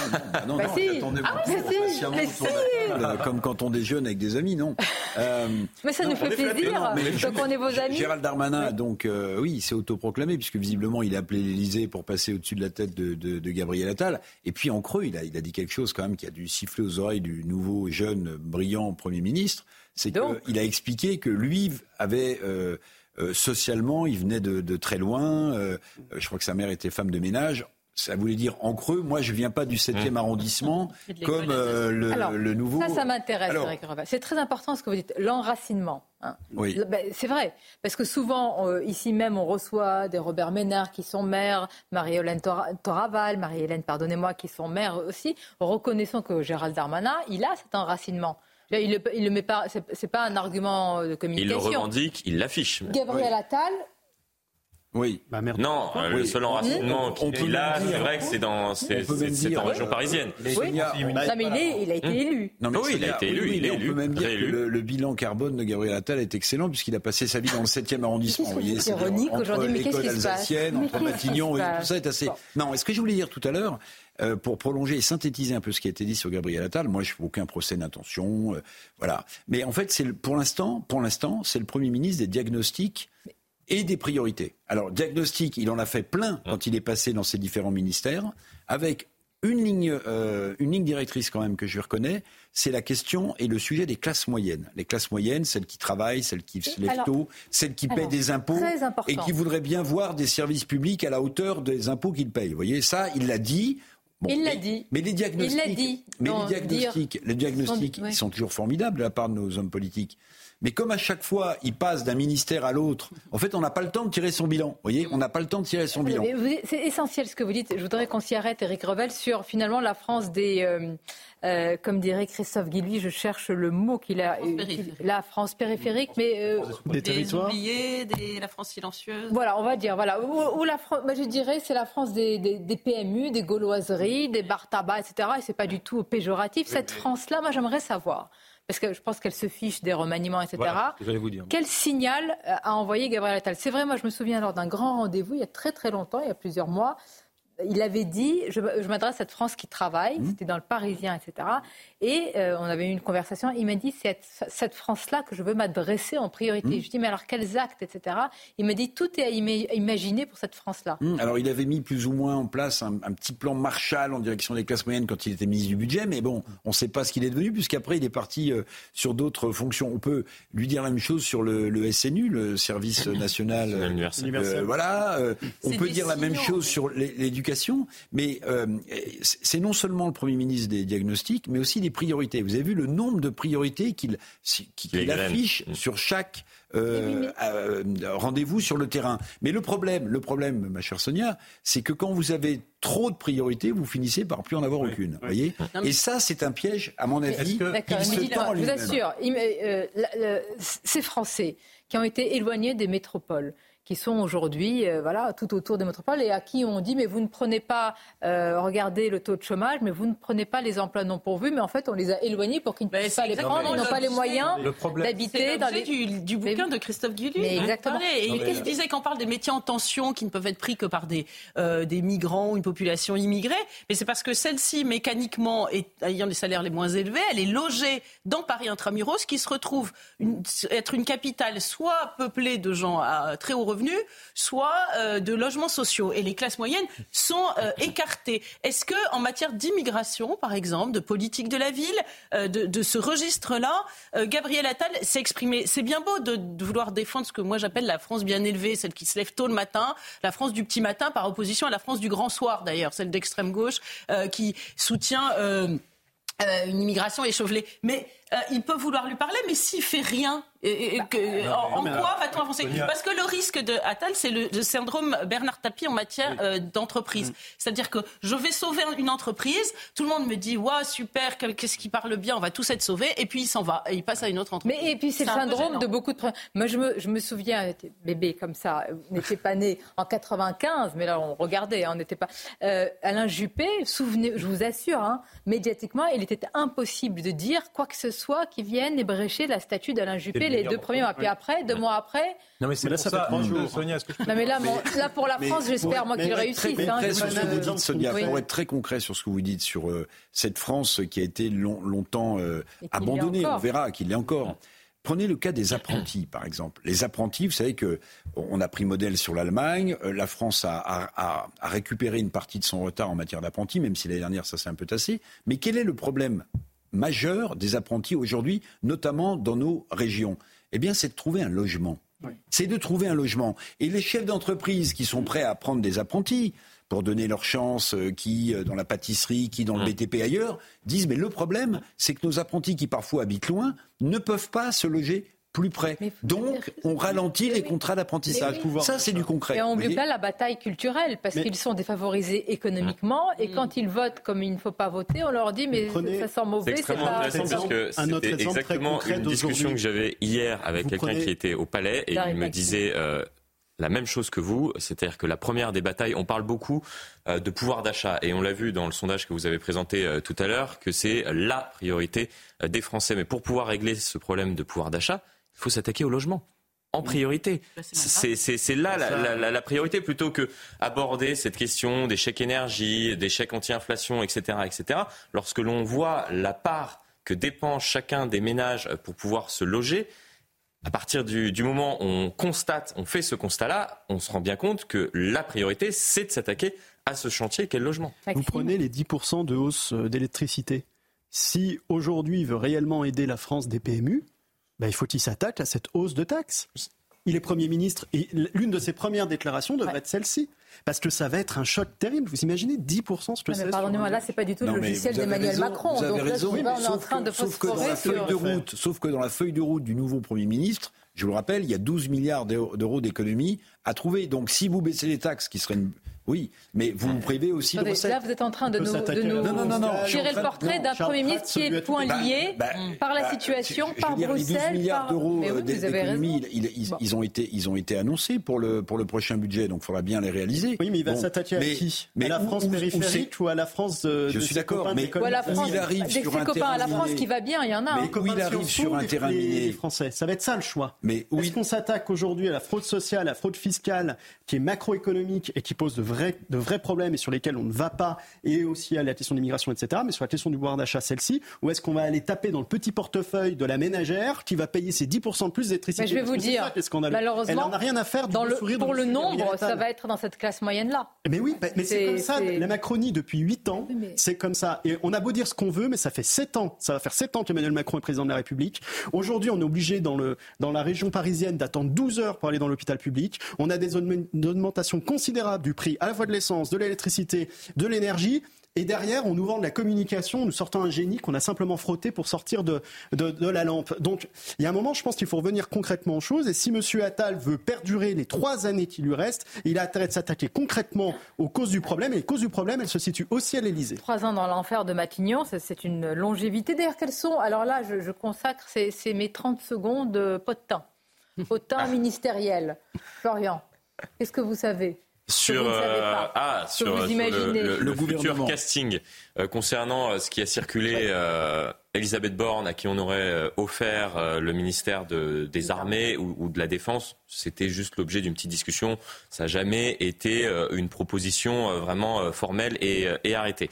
Comme quand on déjeune avec des amis, non. Mais ça nous fait plaisir. Donc on est vos amis. Gérald Darmanin, il s'est autoproclamé, puisque visiblement il a appelé l'Élysée pour passer au-dessus de la tête de Gabriel Attal. Et puis en creux, il a dit quelque chose quand même qui a dû siffler aux oreilles du nouveau, jeune, brillant Premier ministre. C'est qu'il a expliqué que lui avait... socialement, il venait de très loin. Je crois que sa mère était femme de ménage. Ça voulait dire en creux, moi je viens pas du 7e arrondissement comme le nouveau... Ça m'intéresse, Éric Revel. C'est très important ce que vous dites, l'enracinement. Oui. C'est vrai, parce que souvent, ici même, on reçoit des Robert Ménard qui sont maires, Marie-Hélène Toraval, qui sont maires aussi, reconnaissant que Gérald Darmanin, il a cet enracinement. Il le met pas, c'est pas un argument de communication. Il le revendique, il l'affiche. Gabriel Attal... Oui. Le seul enracinement qu'il a, c'est vrai que c'est en région parisienne. Mais il a été élu. Il a été élu. On peut même dire que le bilan carbone de Gabriel Attal est excellent, puisqu'il a passé sa vie dans le 7e arrondissement. Vous voyez, c'est ironique aujourd'hui, mais qu'est-ce qui se passe ? Entre Matignon, tout ça est assez... Non, est-ce que je voulais dire tout à l'heure, pour prolonger et synthétiser un peu ce qui a été dit sur Gabriel Attal, moi je fais aucun procès d'intention, voilà. Mais en fait, pour l'instant, c'est le Premier ministre des diagnostics et des priorités. Alors, diagnostic, il en a fait plein quand il est passé dans ses différents ministères, avec une ligne directrice quand même que je reconnais, c'est la question et le sujet des classes moyennes. Les classes moyennes, celles qui travaillent, celles qui se lèvent tôt, celles qui paient des impôts et qui voudraient bien voir des services publics à la hauteur des impôts qu'ils payent. Vous voyez, ça, il l'a dit. Il l'a dit. Mais les diagnostics, ils sont toujours formidables de la part de nos hommes politiques. Mais comme à chaque fois, il passe d'un ministère à l'autre, en fait, on n'a pas le temps de tirer son bilan. Vous voyez, on n'a pas le temps de tirer son bilan. C'est essentiel ce que vous dites. Je voudrais qu'on s'y arrête, Éric Revel, sur finalement la France des... comme dirait Christophe Guilluy, je cherche le mot qu'il a... La France périphérique, mais... des territoires. Oubliés, la France silencieuse. Voilà, on va dire. Voilà. Où la France, je dirais, c'est la France des PMU, des gauloiseries, des bars tabac, etc. Et c'est pas du tout péjoratif. Cette France-là, moi, j'aimerais savoir... Parce que je pense qu'elle se fiche des remaniements, etc. Voilà, ce que j'allais vous dire. Quel signal a envoyé Gabriel Attal ? C'est vrai, moi je me souviens lors d'un grand rendez-vous, il y a très très longtemps, il y a plusieurs mois, il avait dit, je m'adresse à cette France qui travaille, c'était dans le Parisien, etc. Et on avait eu une conversation, il m'a dit, c'est cette France-là que je veux m'adresser en priorité. Je dis, mais alors quels actes, etc. Il m'a dit, tout est à imaginer pour cette France-là. Alors il avait mis plus ou moins en place un petit plan Marshall en direction des classes moyennes quand il était ministre du budget, mais bon, on ne sait pas ce qu'il est devenu, puisqu'après il est parti sur d'autres fonctions. On peut lui dire la même chose sur le SNU, le service national universel. On peut dire la même chose sur l'éducation. Mais c'est non sellement le Premier ministre des diagnostics, mais aussi des priorités. Vous avez vu le nombre de priorités qu'il affiche sur chaque rendez-vous sur le terrain. Mais le problème, ma chère Sonia, c'est que quand vous avez trop de priorités, vous finissez par plus en avoir aucune. Voyez. Et ça, c'est un piège, à mon avis, qu'il se tend lui-même. Je vous assure, ces Français qui ont été éloignés des métropoles, qui sont aujourd'hui tout autour des métropoles et à qui on dit mais vous ne prenez pas, regardez le taux de chômage, mais vous ne prenez pas les emplois non pourvus, mais en fait on les a éloignés pour qu'ils ne puissent pas les prendre, ils n'ont pas les moyens d'habiter dans les... du bouquin de Christophe Guilluy. Exactement. Et qu'est-ce qu'il disait quand on parle des métiers en tension qui ne peuvent être pris que par des migrants ou une population immigrée, mais c'est parce que celle-ci, mécaniquement, ayant des salaires les moins élevés, elle est logée dans Paris intramuros, qui se retrouve être une capitale soit peuplée de gens à très haut revenu, soit de logements sociaux. Et les classes moyennes sont écartées. Est-ce que, en matière d'immigration, par exemple, de politique de la ville, de ce registre-là, Gabriel Attal s'est exprimé. C'est bien beau de vouloir défendre ce que moi j'appelle la France bien élevée, celle qui se lève tôt le matin, la France du petit matin, par opposition à la France du grand soir, d'ailleurs, celle d'extrême gauche, qui soutient une immigration échevelée. Mais il peut vouloir lui parler, mais s'il fait rien, en quoi va-t-on avancer ? Parce que le risque de Attal, c'est le syndrome Bernard Tapie en matière d'entreprise. C'est-à-dire que je vais sauver une entreprise, tout le monde me dit « Waouh, super, qu'est-ce qui parle bien, on va tous être sauvés », et puis il s'en va, et il passe à une autre entreprise. Et puis c'est le syndrome de beaucoup de... Moi, je me souviens, bébé comme ça, vous n'étiez pas né en 95, mais là on regardait, on n'était pas... Alain Juppé, souvenez, je vous assure, médiatiquement, il était impossible de dire quoi que ce soit qui vienne ébrécher la statue d'Alain Juppé les 2 premiers mois. Puis après, 2 mois après... Non mais c'est là, ça fait 3 jours. Sonia, est-ce que je peux... Non mais là, pour la France, j'espère moi qu'il réussisse. Sur ce que vous dites, Sonia, pour être très concret sur ce que vous dites sur cette France qui a été longtemps abandonnée, on verra qu'il l'est encore. Prenez le cas des apprentis, par exemple. Les apprentis, vous savez qu'on a pris modèle sur l'Allemagne. La France a récupéré une partie de son retard en matière d'apprentis, même si l'année dernière, ça s'est un peu tassé. Mais quel est le problème majeur des apprentis aujourd'hui, notamment dans nos régions ? Eh bien, c'est de trouver un logement. Oui. C'est de trouver un logement. Et les chefs d'entreprise qui sont prêts à prendre des apprentis pour donner leur chance, qui dans la pâtisserie, qui dans le BTP ailleurs, disent mais le problème, c'est que nos apprentis qui parfois habitent loin ne peuvent pas se loger plus près. Donc, on ralentit les contrats d'apprentissage. Ça, c'est du concret. Et on oublie pas la bataille culturelle, parce qu'ils sont défavorisés économiquement, et quand ils votent comme il ne faut pas voter, on leur dit mais ça sent mauvais. C'est extrêmement intéressant parce que c'était exactement une discussion que j'avais hier avec quelqu'un qui était au Palais, et il me disait... la même chose que vous, c'est-à-dire que la première des batailles, on parle beaucoup de pouvoir d'achat, et on l'a vu dans le sondage que vous avez présenté tout à l'heure, que c'est la priorité des Français. Mais pour pouvoir régler ce problème de pouvoir d'achat, il faut s'attaquer au logement. En priorité. C'est là la priorité, plutôt que aborder cette question des chèques énergie, des chèques anti-inflation, etc., etc. Lorsque l'on voit la part que dépense chacun des ménages pour pouvoir se loger, à partir du moment où on fait ce constat-là, on se rend bien compte que la priorité, c'est de s'attaquer à ce chantier qu'est le logement. Vous prenez les 10% de hausse d'électricité. Si aujourd'hui il veut réellement aider la France des PMU, il faut qu'il s'attaque à cette hausse de taxes. Il est Premier ministre et l'une de ses premières déclarations devrait être celle-ci. Parce que ça va être un choc terrible. Vous imaginez 10% ce que c'est. Pardonnez-moi, là, c'est pas du tout le logiciel d'Emmanuel Macron. Vous avez raison. On est en train de phosphorer sauf que dans la feuille de route du nouveau Premier ministre, je vous le rappelle, il y a 12 milliards d'euros d'économies à trouver. Donc si vous baissez les taxes, qui serait une... Oui, mais vous vous privez aussi de recettes. Là, vous êtes en train de nous tirer le portrait d'un Premier ministre qui est point lié par la situation, par Bruxelles. Les 12 milliards d'euros d'économies, ils ont été annoncés pour le prochain budget, donc il faudra bien les réaliser. Oui, mais il va s'attaquer à qui ? À la France périphérique ou à la France de Je suis d'accord, mais où il arrive sur un terrain miné. À la France qui va bien, il y en a. Mais où il arrive sur un terrain miné. Français, ça va être ça le choix. Est-ce qu'on s'attaque aujourd'hui à la fraude sociale, à la fraude fiscale, qui est macroéconomique et qui pose de vrais problèmes et sur lesquels on ne va pas, et aussi à la question de l'immigration, etc., mais sur la question du pouvoir d'achat, celle-ci, ou est-ce qu'on va aller taper dans le petit portefeuille de la ménagère qui va payer ses 10% de plus d'électricité ? Je vais vous dire, malheureusement, elle n'en a rien à faire pour le nombre, ça va être dans cette classe moyenne-là. Mais oui, mais c'est comme ça. La Macronie, depuis 8 ans, c'est comme ça. Et on a beau dire ce qu'on veut, mais ça fait 7 ans. Ça va faire 7 ans qu'Emmanuel Macron est président de la République. Aujourd'hui, on est obligé, dans la région parisienne, d'attendre 12 heures pour aller dans l'hôpital public. On a des augmentations considérables du prix à la fois de l'essence, de l'électricité, de l'énergie. Et derrière, on nous vend de la communication, nous sortant un génie qu'on a simplement frotté pour sortir de la lampe. Donc, il y a un moment, je pense qu'il faut revenir concrètement aux choses. Et si M. Attal veut perdurer les 3 années qui lui restent, il a intérêt de s'attaquer concrètement aux causes du problème. Et les causes du problème, elles se situent aussi à l'Élysée. 3 ans dans l'enfer de Matignon, c'est une longévité. D'ailleurs, quelles sont... Alors là, je consacre mes 30 secondes potin ministériel. Florian. Qu'est-ce que vous savez sur le futur casting concernant ce qui a circulé, Elisabeth Borne, à qui on aurait offert le ministère des Armées ou de la Défense, c'était juste l'objet d'une petite discussion. Ça n'a jamais été une proposition vraiment formelle et arrêtée.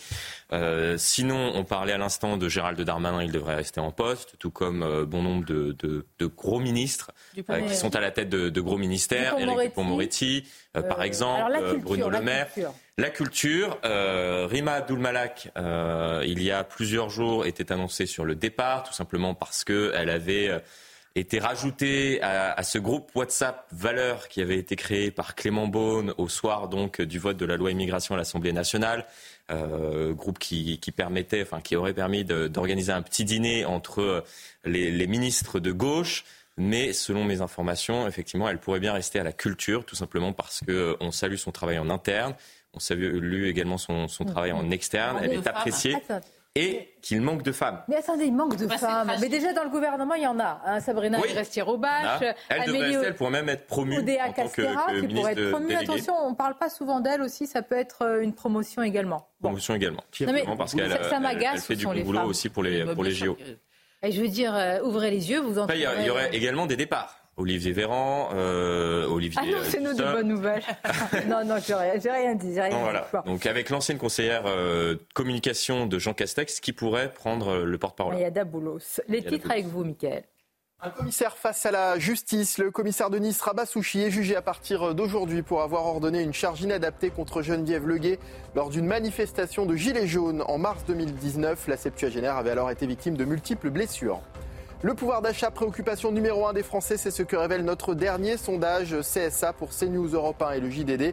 Sinon, on parlait à l'instant de Gérald Darmanin, il devrait rester en poste, tout comme bon nombre de gros ministres qui sont à la tête de gros ministères. Éric Dupond-Moretti, par exemple, Bruno Le Maire. La culture, Rima Abdul-Malak, il y a plusieurs jours, était annoncée sur le départ, tout simplement parce qu'elle avait été rajoutée à ce groupe WhatsApp Valeurs qui avait été créé par Clément Beaune au soir donc du vote de la loi immigration à l'Assemblée nationale. Groupe qui aurait permis d'organiser un petit dîner entre les ministres de gauche. Mais selon mes informations, effectivement, elle pourrait bien rester à la culture, tout simplement parce qu'on salue son travail en interne. On salue également son travail en externe. Elle est appréciée. Et qu'il manque de femmes. Mais attendez, il manque de femmes. Mais déjà dans le gouvernement, il y en a. Hein, Sabrina Agresti-Roubache, elle pourrait même être promue Oudéa en tant que qui pourrait être promue. déléguée. Attention, on ne parle pas souvent d'elle aussi, ça peut être une promotion également. Promotion également. Parce qu'elle fait du bon boulot aussi pour les JO. Et je veux dire, ouvrez les yeux, vous entendez. Il y aurait également des départs. Olivier Véran, Olivier. Ah non, c'est nous de bonnes nouvelles. non, j'ai rien dit. Voilà. Donc avec l'ancienne conseillère communication de Jean Castex, qui pourrait prendre le porte-parole. Il y a Daboulos. Les titres avec vous, Mickaël. Un commissaire face à la justice. Le commissaire de Nice, Rabat Souchi, est jugé à partir d'aujourd'hui pour avoir ordonné une charge inadaptée contre Geneviève Leguet lors d'une manifestation de Gilets jaunes en mars 2019. La septuagénaire avait alors été victime de multiples blessures. Le pouvoir d'achat, préoccupation numéro 1 des Français, c'est ce que révèle notre dernier sondage CSA pour CNews Europe 1 et le JDD.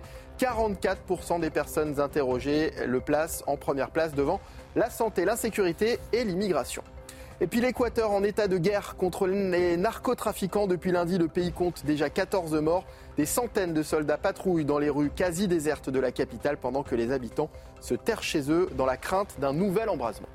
44% des personnes interrogées le placent en première place devant la santé, l'insécurité et l'immigration. Et puis l'Équateur en état de guerre contre les narcotrafiquants. Depuis lundi, le pays compte déjà 14 morts. Des centaines de soldats patrouillent dans les rues quasi désertes de la capitale pendant que les habitants se terrent chez eux dans la crainte d'un nouvel embrasement.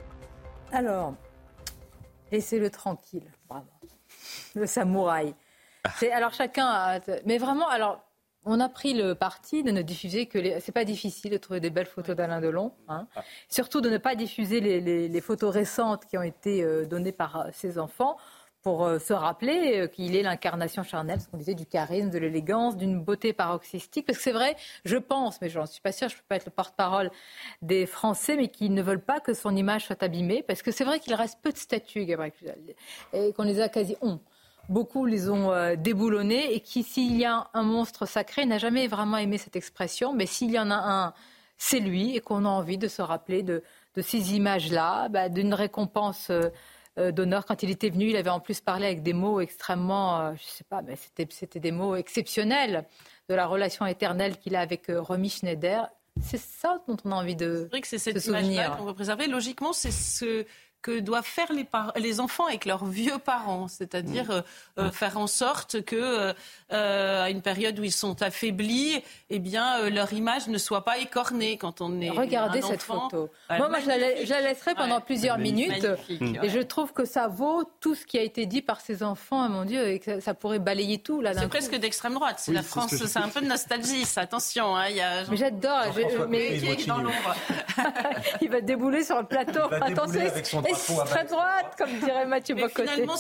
Alors, laissez-le tranquille, vraiment. Le samouraï. Alors chacun a... Mais vraiment, alors, on a pris le parti de ne diffuser que les... C'est pas difficile de trouver des belles photos d'Alain Delon. Hein. Surtout de ne pas diffuser les photos récentes qui ont été données par ses enfants pour se rappeler qu'il est l'incarnation charnelle, ce qu'on disait, du charisme, de l'élégance, d'une beauté paroxystique. Parce que c'est vrai, je pense, mais j'en suis pas sûre, je peux pas être le porte-parole des Français, mais qui ne veulent pas que son image soit abîmée. Parce que c'est vrai qu'il reste peu de statues, Gabriel Cluzel, et qu'on les a beaucoup les ont déboulonnés, et qui, s'il y a un monstre sacré, n'a jamais vraiment aimé cette expression, mais s'il y en a un, c'est lui, et qu'on a envie de se rappeler de ces images-là, d'une récompense d'honneur. Quand il était venu, il avait en plus parlé avec des mots extrêmement, je sais pas, mais c'était des mots exceptionnels de la relation éternelle qu'il a avec Romy Schneider. C'est ça dont on a envie de se souvenir. C'est vrai que c'est cette image-là qu'on veut préserver. Logiquement, c'est ce que doivent faire les enfants avec leurs vieux parents, c'est-à-dire faire en sorte que, à une période où ils sont affaiblis, eh bien, leur image ne soit pas écornée quand on est Regardez cette photo. Moi, je la laisserai pendant plusieurs minutes, et je trouve que ça vaut tout ce qui a été dit par ces enfants, mon Dieu, et que ça pourrait balayer tout. Là, c'est presque d'extrême droite. C'est la France, c'est un peu de nostalgie, ça. Attention. Hein, mais j'adore. Mais dans l'ombre. Il va débouler sur le plateau. Attention. Extrême droite, comme dirait Mathieu Bocoté. Finalement,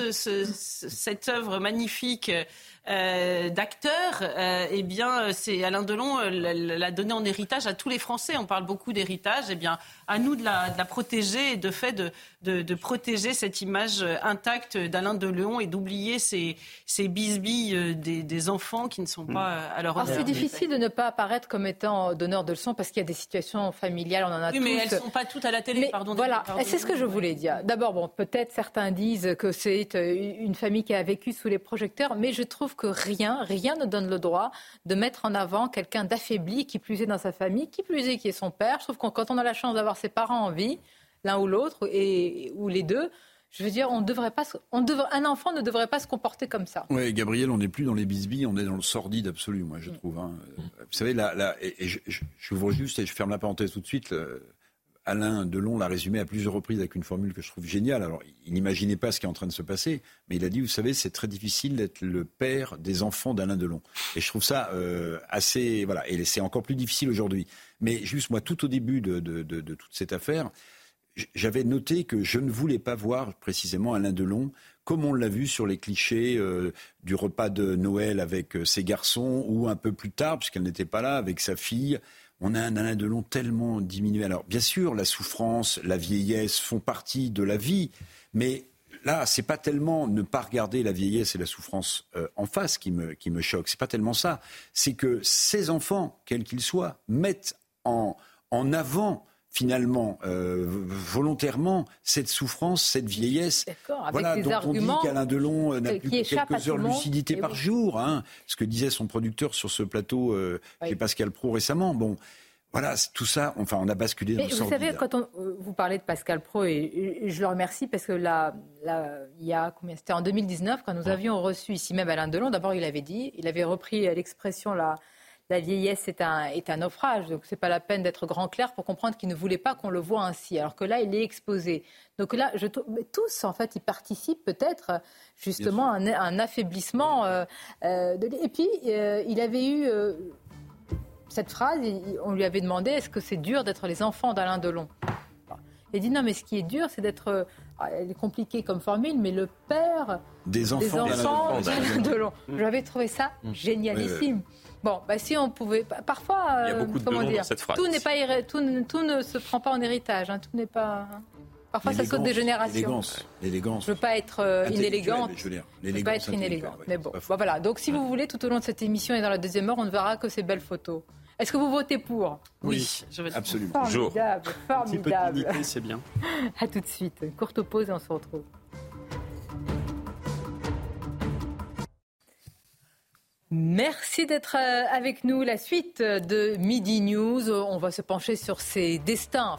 cette œuvre magnifique d'acteur, eh bien, c'est Alain Delon l'a donné en héritage à tous les Français. On parle beaucoup d'héritage. Eh bien, à nous de la protéger et de protéger cette image intacte d'Alain Delon et d'oublier ces bisbilles des enfants qui ne sont pas à leur honneur. C'est difficile de ne pas apparaître comme étant donneur de leçons parce qu'il y a des situations familiales, on en a tous. Mais elles ne sont pas toutes à la télé, pardon. Voilà, c'est ce que je voulais dire. D'abord, peut-être certains disent que c'est une famille qui a vécu sous les projecteurs, mais je trouve que rien ne donne le droit de mettre en avant quelqu'un d'affaibli, qui plus est dans sa famille, qui plus est qui est son père. Je trouve que quand on a la chance d'avoir ses parents en vie, l'un ou l'autre, ou les deux, je veux dire, un enfant ne devrait pas se comporter comme ça. Oui, Gabriel, on n'est plus dans les bisbilles, on est dans le sordide absolu, moi, je trouve. Hein. Vous savez, je ouvre juste et je ferme la parenthèse tout de suite. Alain Delon l'a résumé à plusieurs reprises avec une formule que je trouve géniale. Alors, il n'imaginait pas ce qui est en train de se passer, mais il a dit, vous savez, c'est très difficile d'être le père des enfants d'Alain Delon. Et je trouve ça assez... Voilà, et c'est encore plus difficile aujourd'hui. Mais juste, moi, tout au début de toute cette affaire, j'avais noté que je ne voulais pas voir précisément Alain Delon comme on l'a vu sur les clichés du repas de Noël avec ses garçons, ou un peu plus tard, puisqu'elle n'était pas là, avec sa fille. On a un Alain Delon tellement diminué. Alors, bien sûr, la souffrance, la vieillesse font partie de la vie, mais là, c'est pas tellement ne pas regarder la vieillesse et la souffrance en face qui me choque. C'est pas tellement ça. C'est que ces enfants, quels qu'ils soient, mettent en avant finalement, volontairement, cette souffrance, cette vieillesse, avec des dont arguments on dit qu'Alain Delon n'a plus que quelques heures de lucidité par jour, ce que disait son producteur sur ce plateau, qui est Pascal Praud récemment. Bon, voilà, tout ça, enfin, on a basculé dans le sordide. Vous savez, quand vous parlez de Pascal Praud, et je le remercie parce que là, il y a combien ? C'était en 2019, quand nous avions reçu ici même Alain Delon. D'abord, il avait repris l'expression la vieillesse est un naufrage, donc c'est pas la peine d'être grand clair pour comprendre qu'il ne voulait pas qu'on le voit ainsi, alors que là, il est exposé. Donc là, tous, en fait, ils participent peut-être justement à un affaiblissement. Et puis, il avait eu cette phrase, on lui avait demandé, est-ce que c'est dur d'être les enfants d'Alain Delon ? Il dit non, mais ce qui est dur, c'est d'être, elle est compliquée comme formule, mais le père des enfants d'Alain Delon. J'avais trouvé ça génialissime. Bon, si on pouvait... Parfois, il y a beaucoup de Delon dans cette phrase. Tout ne se prend pas en héritage. Tout n'est pas... Parfois, ça saute des générations. L'élégance. Je ne veux pas être inélégante. Je ne veux pas être inélégante. Mais bon, voilà. Donc, si vous voulez, tout au long de cette émission et dans la deuxième heure, on ne verra que ces belles photos. Est-ce que vous votez pour ? Oui, absolument. Formidable. C'est bien. À tout de suite. Courte pause et on se retrouve. Merci d'être avec nous. La suite de Midi News, on va se pencher sur ce destin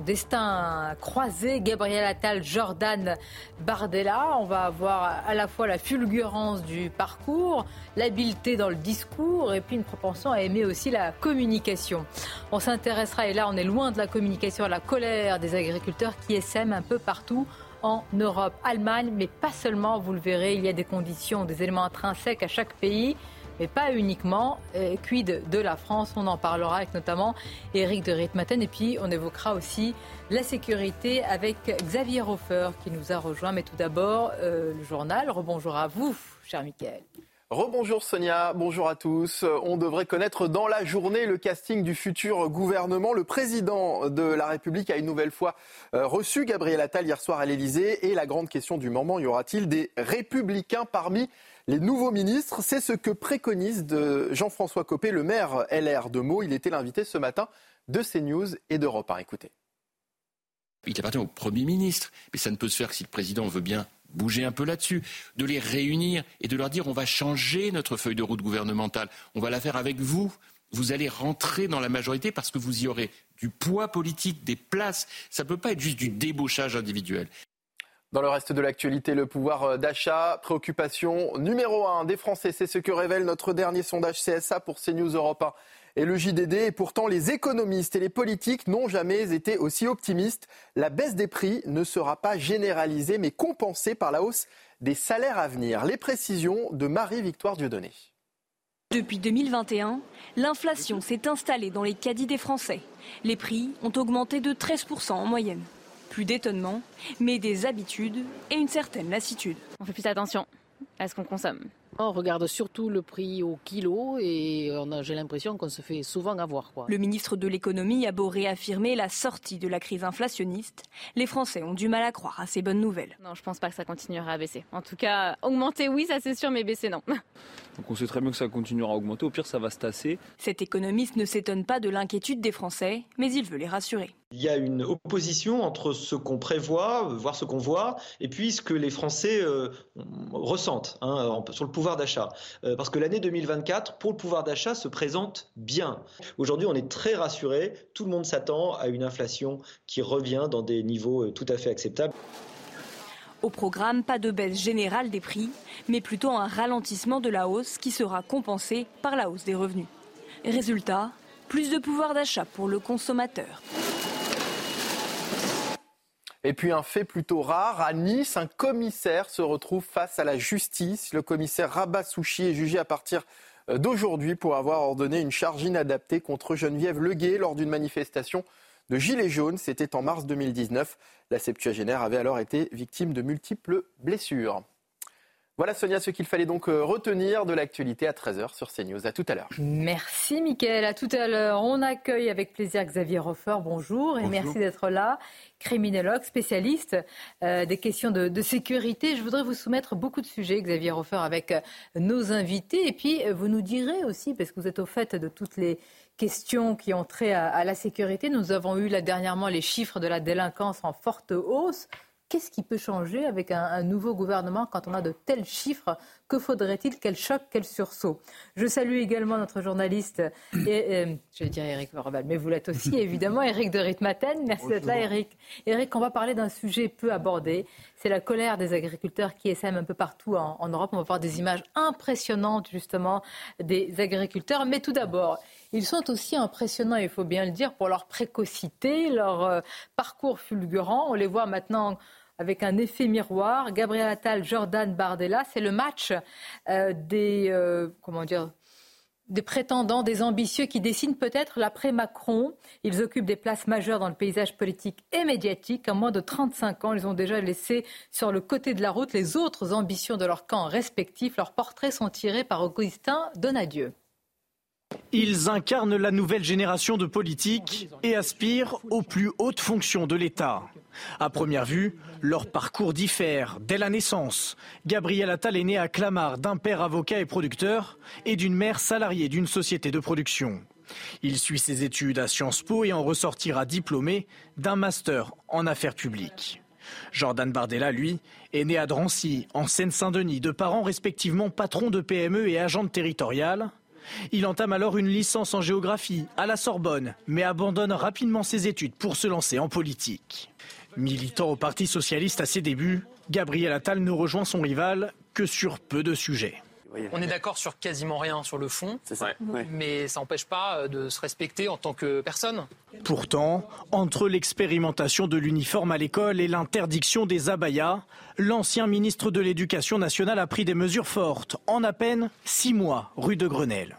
croisé, Gabriel Attal, Jordan Bardella. On va avoir à la fois la fulgurance du parcours, l'habileté dans le discours et puis une propension à aimer aussi la communication. On s'intéressera, et là on est loin de la communication, à la colère des agriculteurs qui essaiment un peu partout en Europe, Allemagne, mais pas seulement, vous le verrez, il y a des conditions, des éléments intrinsèques à chaque pays, mais pas uniquement. Quid de la France ? On en parlera avec notamment Éric de Ritmaten, et puis on évoquera aussi la sécurité avec Xavier Hofer qui nous a rejoint. Mais tout d'abord, le journal. Rebonjour à vous, cher Mickaël. Rebonjour Sonia, bonjour à tous. On devrait connaître dans la journée le casting du futur gouvernement. Le président de la République a une nouvelle fois reçu Gabriel Attal hier soir à l'Élysée. Et la grande question du moment, y aura-t-il des républicains parmi les nouveaux ministres? C'est ce que préconise Jean-François Copé, le maire LR de Meaux. Il était l'invité ce matin de CNews et d'Europe 1. Écoutez. Il appartient au Premier ministre, mais ça ne peut se faire que si le président veut bien bouger un peu là-dessus, de les réunir et de leur dire on va changer notre feuille de route gouvernementale, on va la faire avec vous. Vous allez rentrer dans la majorité parce que vous y aurez du poids politique, des places. Ça ne peut pas être juste du débauchage individuel. Dans le reste de l'actualité, le pouvoir d'achat, préoccupation numéro 1 des Français. C'est ce que révèle notre dernier sondage CSA pour CNews Europe 1 et le JDD. Et pourtant, les économistes et les politiques n'ont jamais été aussi optimistes. La baisse des prix ne sera pas généralisée, mais compensée par la hausse des salaires à venir. Les précisions de Marie-Victoire Dieudonné. Depuis 2021, l'inflation s'est installée dans les caddies des Français. Les prix ont augmenté de 13% en moyenne. Plus d'étonnement, mais des habitudes et une certaine lassitude. On fait plus attention à ce qu'on consomme. On regarde surtout le prix au kilo et j'ai l'impression qu'on se fait souvent avoir. Le ministre de l'économie a beau réaffirmer la sortie de la crise inflationniste, les Français ont du mal à croire à ces bonnes nouvelles. Non, je pense pas que ça continuera à baisser. En tout cas, augmenter oui, ça c'est sûr, mais baisser non. Donc on sait très bien que ça continuera à augmenter, au pire ça va se tasser. Cet économiste ne s'étonne pas de l'inquiétude des Français, mais il veut les rassurer. Il y a une opposition entre ce qu'on prévoit, voire ce qu'on voit, et puis ce que les Français ressentent sur le pouvoir d'achat. Parce que l'année 2024, pour le pouvoir d'achat, se présente bien. Aujourd'hui, on est très rassurés. Tout le monde s'attend à une inflation qui revient dans des niveaux tout à fait acceptables. Au programme, pas de baisse générale des prix, mais plutôt un ralentissement de la hausse qui sera compensé par la hausse des revenus. Résultat, plus de pouvoir d'achat pour le consommateur. Et puis un fait plutôt rare, à Nice, un commissaire se retrouve face à la justice. Le commissaire Rabat Souchi est jugé à partir d'aujourd'hui pour avoir ordonné une charge inadaptée contre Geneviève Leguet lors d'une manifestation de Gilets jaunes. C'était en mars 2019. La septuagénaire avait alors été victime de multiples blessures. Voilà Sonia, ce qu'il fallait donc retenir de l'actualité à 13h sur CNews. À tout à l'heure. Merci Mickaël, à tout à l'heure. On accueille avec plaisir Xavier Hofer, bonjour et merci d'être là. Criminologue, spécialiste des questions de sécurité. Je voudrais vous soumettre beaucoup de sujets, Xavier Hofer, avec nos invités. Et puis vous nous direz aussi, parce que vous êtes au fait de toutes les questions qui ont trait à la sécurité. Nous avons eu là dernièrement les chiffres de la délinquance en forte hausse. Qu'est-ce qui peut changer avec un nouveau gouvernement quand on a de tels chiffres? Que faudrait-il? Quel choc, quel sursaut? Je salue également notre journaliste, je vais dire Éric Verval, mais vous l'êtes aussi évidemment, Éric de Ritmaten. Merci d'être là, Éric. Éric, on va parler d'un sujet peu abordé. C'est la colère des agriculteurs qui essaiment un peu partout en Europe. On va voir des images impressionnantes justement des agriculteurs. Mais tout d'abord, ils sont aussi impressionnants, il faut bien le dire, pour leur précocité, leur parcours fulgurant. On les voit maintenant avec un effet miroir. Gabriel Attal, Jordan Bardella, c'est le match des prétendants, des ambitieux qui dessinent peut-être l'après-Macron. Ils occupent des places majeures dans le paysage politique et médiatique. En moins de 35 ans, ils ont déjà laissé sur le côté de la route les autres ambitions de leur camp respectif. Leurs portraits sont tirés par Augustin Donadieu. Ils incarnent la nouvelle génération de politiques et aspirent aux plus hautes fonctions de l'État. À première vue, leur parcours diffère. Dès la naissance, Gabriel Attal est né à Clamart d'un père avocat et producteur et d'une mère salariée d'une société de production. Il suit ses études à Sciences Po et en ressortira diplômé d'un master en affaires publiques. Jordan Bardella, lui, est né à Drancy, en Seine-Saint-Denis, de parents respectivement patrons de PME et agents territoriales. Il entame alors une licence en géographie à la Sorbonne, mais abandonne rapidement ses études pour se lancer en politique. Militant au Parti socialiste à ses débuts, Gabriel Attal ne rejoint son rival que sur peu de sujets. On est d'accord sur quasiment rien sur le fond, mais ça n'empêche pas de se respecter en tant que personne. Pourtant, entre l'expérimentation de l'uniforme à l'école et l'interdiction des abayas, l'ancien ministre de l'Éducation nationale a pris des mesures fortes en à peine 6 mois, rue de Grenelle.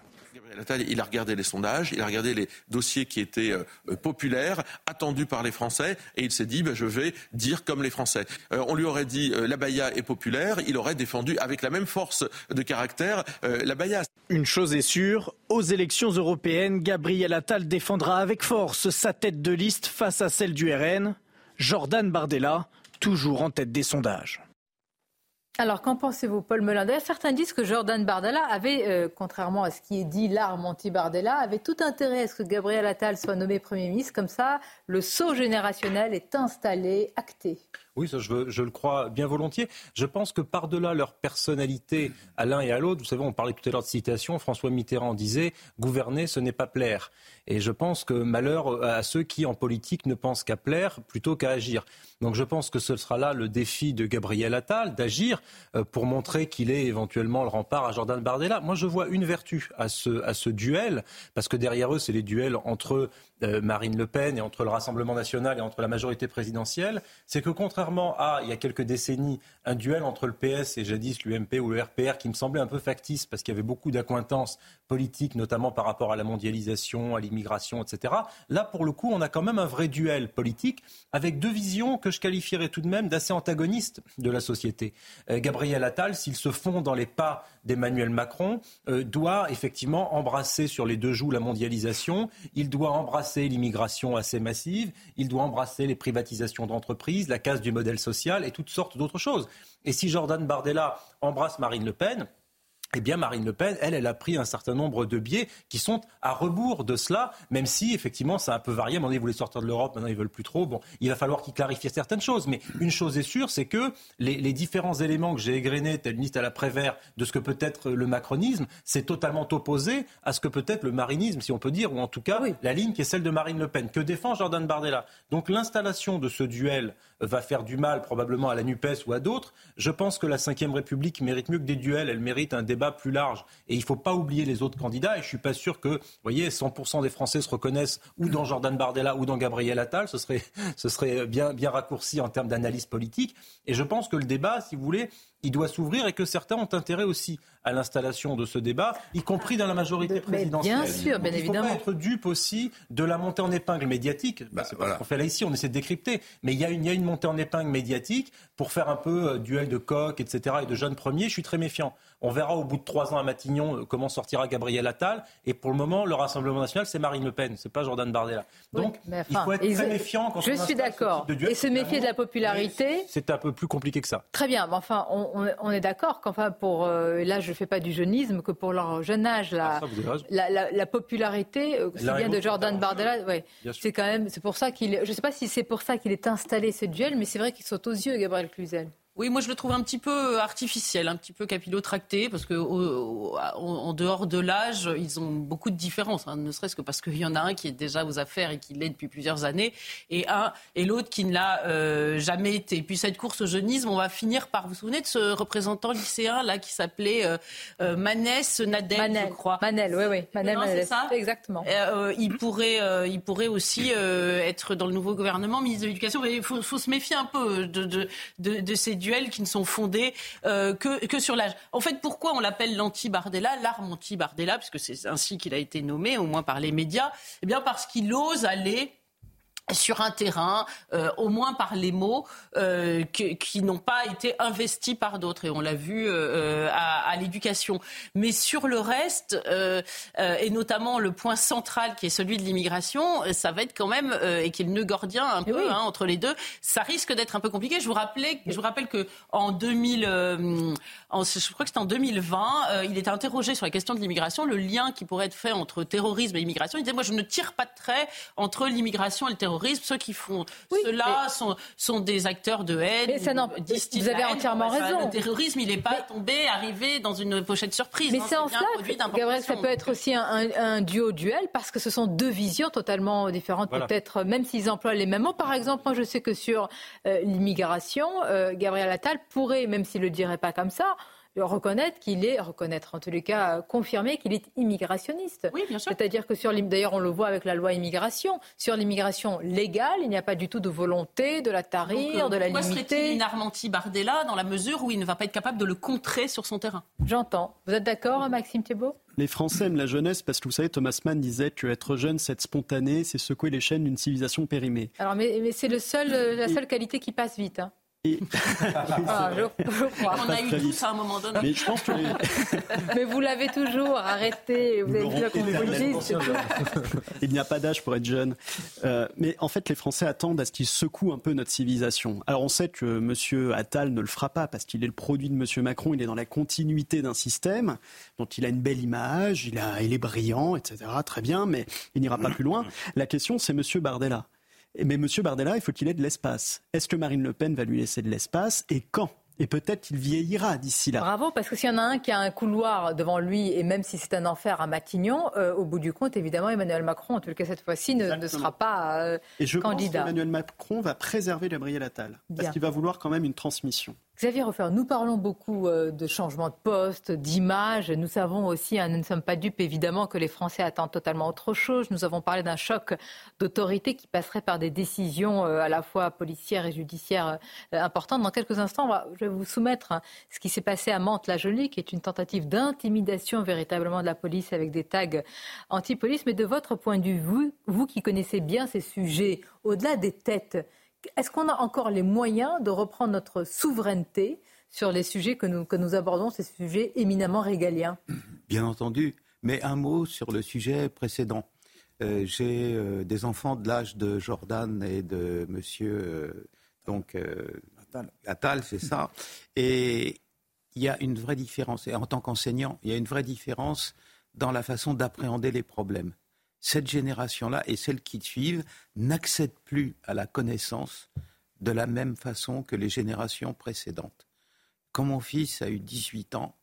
Il a regardé les sondages, il a regardé les dossiers qui étaient populaires, attendus par les Français, et il s'est dit je vais dire comme les Français. On lui aurait dit l'abaya est populaire, il aurait défendu avec la même force de caractère l'abaya. Une chose est sûre, aux élections européennes, Gabriel Attal défendra avec force sa tête de liste face à celle du RN. Jordan Bardella, toujours en tête des sondages. Alors, qu'en pensez-vous, Paul Melun? D'ailleurs, certains disent que Jordan Bardella avait, contrairement à ce qui est dit, l'arme anti-Bardella, avait tout intérêt à ce que Gabriel Attal soit nommé Premier ministre. Comme ça, le saut générationnel est installé, acté. Oui, ça, je le crois bien volontiers. Je pense que par-delà leur personnalité à l'un et à l'autre, vous savez, on parlait tout à l'heure de citation, François Mitterrand disait « Gouverner, ce n'est pas plaire ». Et je pense que malheur à ceux qui, en politique, ne pensent qu'à plaire plutôt qu'à agir. Donc je pense que ce sera là le défi de Gabriel Attal, d'agir pour montrer qu'il est éventuellement le rempart à Jordan Bardella. Moi, je vois une vertu à ce duel, parce que derrière eux, c'est les duels entre Marine Le Pen et entre le Rassemblement national et entre la majorité présidentielle. C'est que contrairement à, il y a quelques décennies, un duel entre le PS et jadis l'UMP ou le RPR qui me semblait un peu factice parce qu'il y avait beaucoup d'accointances politiques, notamment par rapport à la mondialisation, à l'immigration, etc. Là, pour le coup, on a quand même un vrai duel politique avec deux visions que je qualifierais tout de même d'assez antagonistes de la société. Gabriel Attal, s'il se fond dans les pas d'Emmanuel Macron, doit effectivement embrasser sur les deux joues la mondialisation, il doit embrasser l'immigration assez massive, il doit embrasser les privatisations d'entreprises, la casse du modèle social et toutes sortes d'autres choses. Et si Jordan Bardella embrasse Marine Le Pen, eh bien Marine Le Pen, elle a pris un certain nombre de biais qui sont à rebours de cela, même si effectivement ça a un peu varié. À un moment donné, ils voulaient sortir de l'Europe, maintenant ils veulent plus trop. Bon, il va falloir qu'ils clarifient certaines choses. Mais une chose est sûre, c'est que les différents éléments que j'ai égrenés, telle une liste à la Prévert, de ce que peut être le macronisme, c'est totalement opposé à ce que peut être le marinisme, si on peut dire, ou en tout cas la ligne qui est celle de Marine Le Pen, que défend Jordan Bardella. Donc l'installation de ce duel va faire du mal probablement à la NUPES ou à d'autres. Je pense que la Ve République mérite mieux que des duels, elle mérite un débat débat plus large. Et il ne faut pas oublier les autres candidats. Et je ne suis pas sûr que, vous voyez, 100% des Français se reconnaissent ou dans Jordan Bardella ou dans Gabriel Attal. Ce serait bien raccourci en termes d'analyse politique. Et je pense que le débat, si vous voulez, il doit s'ouvrir et que certains ont intérêt aussi à l'installation de ce débat, y compris dans la majorité présidentielle. Bien sûr, bien évidemment. Il ne faut pas être dupe aussi de la montée en épingle médiatique. C'est pas ce qu'on fait là ici, on essaie de décrypter. Mais il y a une montée en épingle médiatique pour faire un peu duel de coq, etc. et de jeunes premiers. Je suis très méfiant. On verra au bout de 3 ans à Matignon comment sortira Gabriel Attal. Et pour le moment, le Rassemblement national, c'est Marine Le Pen, c'est pas Jordan Bardella. Donc, il faut être très méfiant quand on installe ce type de duel. Je suis d'accord. Et se méfier de la popularité. C'est un peu plus compliqué que ça. Très bien. Mais enfin, on est d'accord qu'enfin, là, je ne fais pas du jeunisme, que pour leur jeune âge, la popularité, aussi bien de Jordan Bardella, c'est pour ça je ne sais pas si c'est pour ça qu'il est installé ce duel, mais c'est vrai qu'il saute aux yeux, Gabriel Cluzel. Oui, moi je le trouve un petit peu artificiel, un petit peu capillotracté, parce que en dehors de l'âge, ils ont beaucoup de différences, ne serait-ce que parce qu'il y en a un qui est déjà aux affaires et qui l'est depuis plusieurs années, et l'autre qui ne l'a jamais été. Et puis cette course au jeunisme, on va finir par, vous vous souvenez de ce représentant lycéen là qui s'appelait Manès Nadel, je crois. Manel, oui. Manel, c'est ça ? Exactement. Il pourrait aussi être dans le nouveau gouvernement, ministre de l'Éducation. Il faut se méfier un peu de ces duels qui ne sont fondés que sur l'âge. En fait, pourquoi on l'appelle l'anti-Bardella, l'arme anti-Bardella, puisque c'est ainsi qu'il a été nommé, au moins par les médias ? Eh bien, parce qu'il ose aller sur un terrain, au moins par les mots, qui n'ont pas été investis par d'autres. Et on l'a vu à l'éducation. Mais sur le reste, et notamment le point central qui est celui de l'immigration, ça va être quand même, et qui est le nœud gordien un peu entre les deux, ça risque d'être un peu compliqué. Je vous rappelle que je crois que c'était en 2020, il était interrogé sur la question de l'immigration, le lien qui pourrait être fait entre terrorisme et immigration. Il disait, moi je ne tire pas de trait entre l'immigration et le terrorisme. Ceux qui font cela sont des acteurs de haine. Mais vous avez entièrement raison. Le terrorisme, il n'est pas arrivé dans une pochette surprise. Mais c'est en cela, Gabriel, ça peut être aussi un duo-duel, parce que ce sont deux visions totalement différentes, peut-être, même s'ils emploient les mêmes mots. Par exemple, moi je sais que sur l'immigration, Gabriel Attal pourrait, même s'il ne le dirait pas comme ça, reconnaître en tous les cas, confirmer qu'il est immigrationniste. Oui, bien sûr. C'est-à-dire que d'ailleurs on le voit avec la loi immigration, sur l'immigration légale, il n'y a pas du tout de volonté de la tarir, de la limiter. Pourquoi serait-il une arme anti-Bardella dans la mesure où il ne va pas être capable de le contrer sur son terrain ? J'entends. Vous êtes d'accord, Maxime Thibault ? Les Français aiment la jeunesse parce que, vous savez, Thomas Mann disait qu'être jeune, c'est être spontané, c'est secouer les chaînes d'une civilisation périmée. Alors, mais c'est la seule qualité qui passe vite, hein. Je crois. On a eu tous à un moment donné. Mais je pense que mais vous l'avez toujours, arrêtez. Vous avez vu la conclusion. Il n'y a pas d'âge pour être jeune. Mais en fait, les Français attendent à ce qu'ils secouent un peu notre civilisation. Alors on sait que M. Attal ne le fera pas parce qu'il est le produit de M. Macron. Il est dans la continuité d'un système dont il a une belle image, il est brillant, etc. Très bien, mais il n'ira pas plus loin. La question, c'est M. Bardella. Mais M. Bardella, il faut qu'il ait de l'espace. Est-ce que Marine Le Pen va lui laisser de l'espace et quand ? Et peut-être qu'il vieillira d'ici là. Bravo, parce que s'il y en a un qui a un couloir devant lui, et même si c'est un enfer à Matignon, au bout du compte, évidemment, Emmanuel Macron, en tout cas cette fois-ci, ne sera pas candidat. Et je pense qu'Emmanuel Macron va préserver Gabriel Attal, parce qu'il va vouloir quand même une transmission. Xavier Hofer, nous parlons beaucoup de changement de poste, d'image. Nous savons aussi, nous ne sommes pas dupes évidemment, que les Français attendent totalement autre chose. Nous avons parlé d'un choc d'autorité qui passerait par des décisions à la fois policières et judiciaires importantes. Dans quelques instants, je vais vous soumettre ce qui s'est passé à Mantes-la-Jolie, qui est une tentative d'intimidation véritablement de la police avec des tags anti-police. Mais de votre point de vue, vous qui connaissez bien ces sujets, au-delà des têtes, est-ce qu'on a encore les moyens de reprendre notre souveraineté sur les sujets que nous abordons, ces sujets éminemment régaliens ? Bien entendu, mais un mot sur le sujet précédent. J'ai des enfants de l'âge de Jordan et de monsieur Attal, c'est ça. Et il y a une vraie différence. Et en tant qu'enseignant, il y a une vraie différence dans la façon d'appréhender les problèmes. Cette génération-là et celles qui suivent n'accèdent plus à la connaissance de la même façon que les générations précédentes. Quand mon fils a eu 18 ans,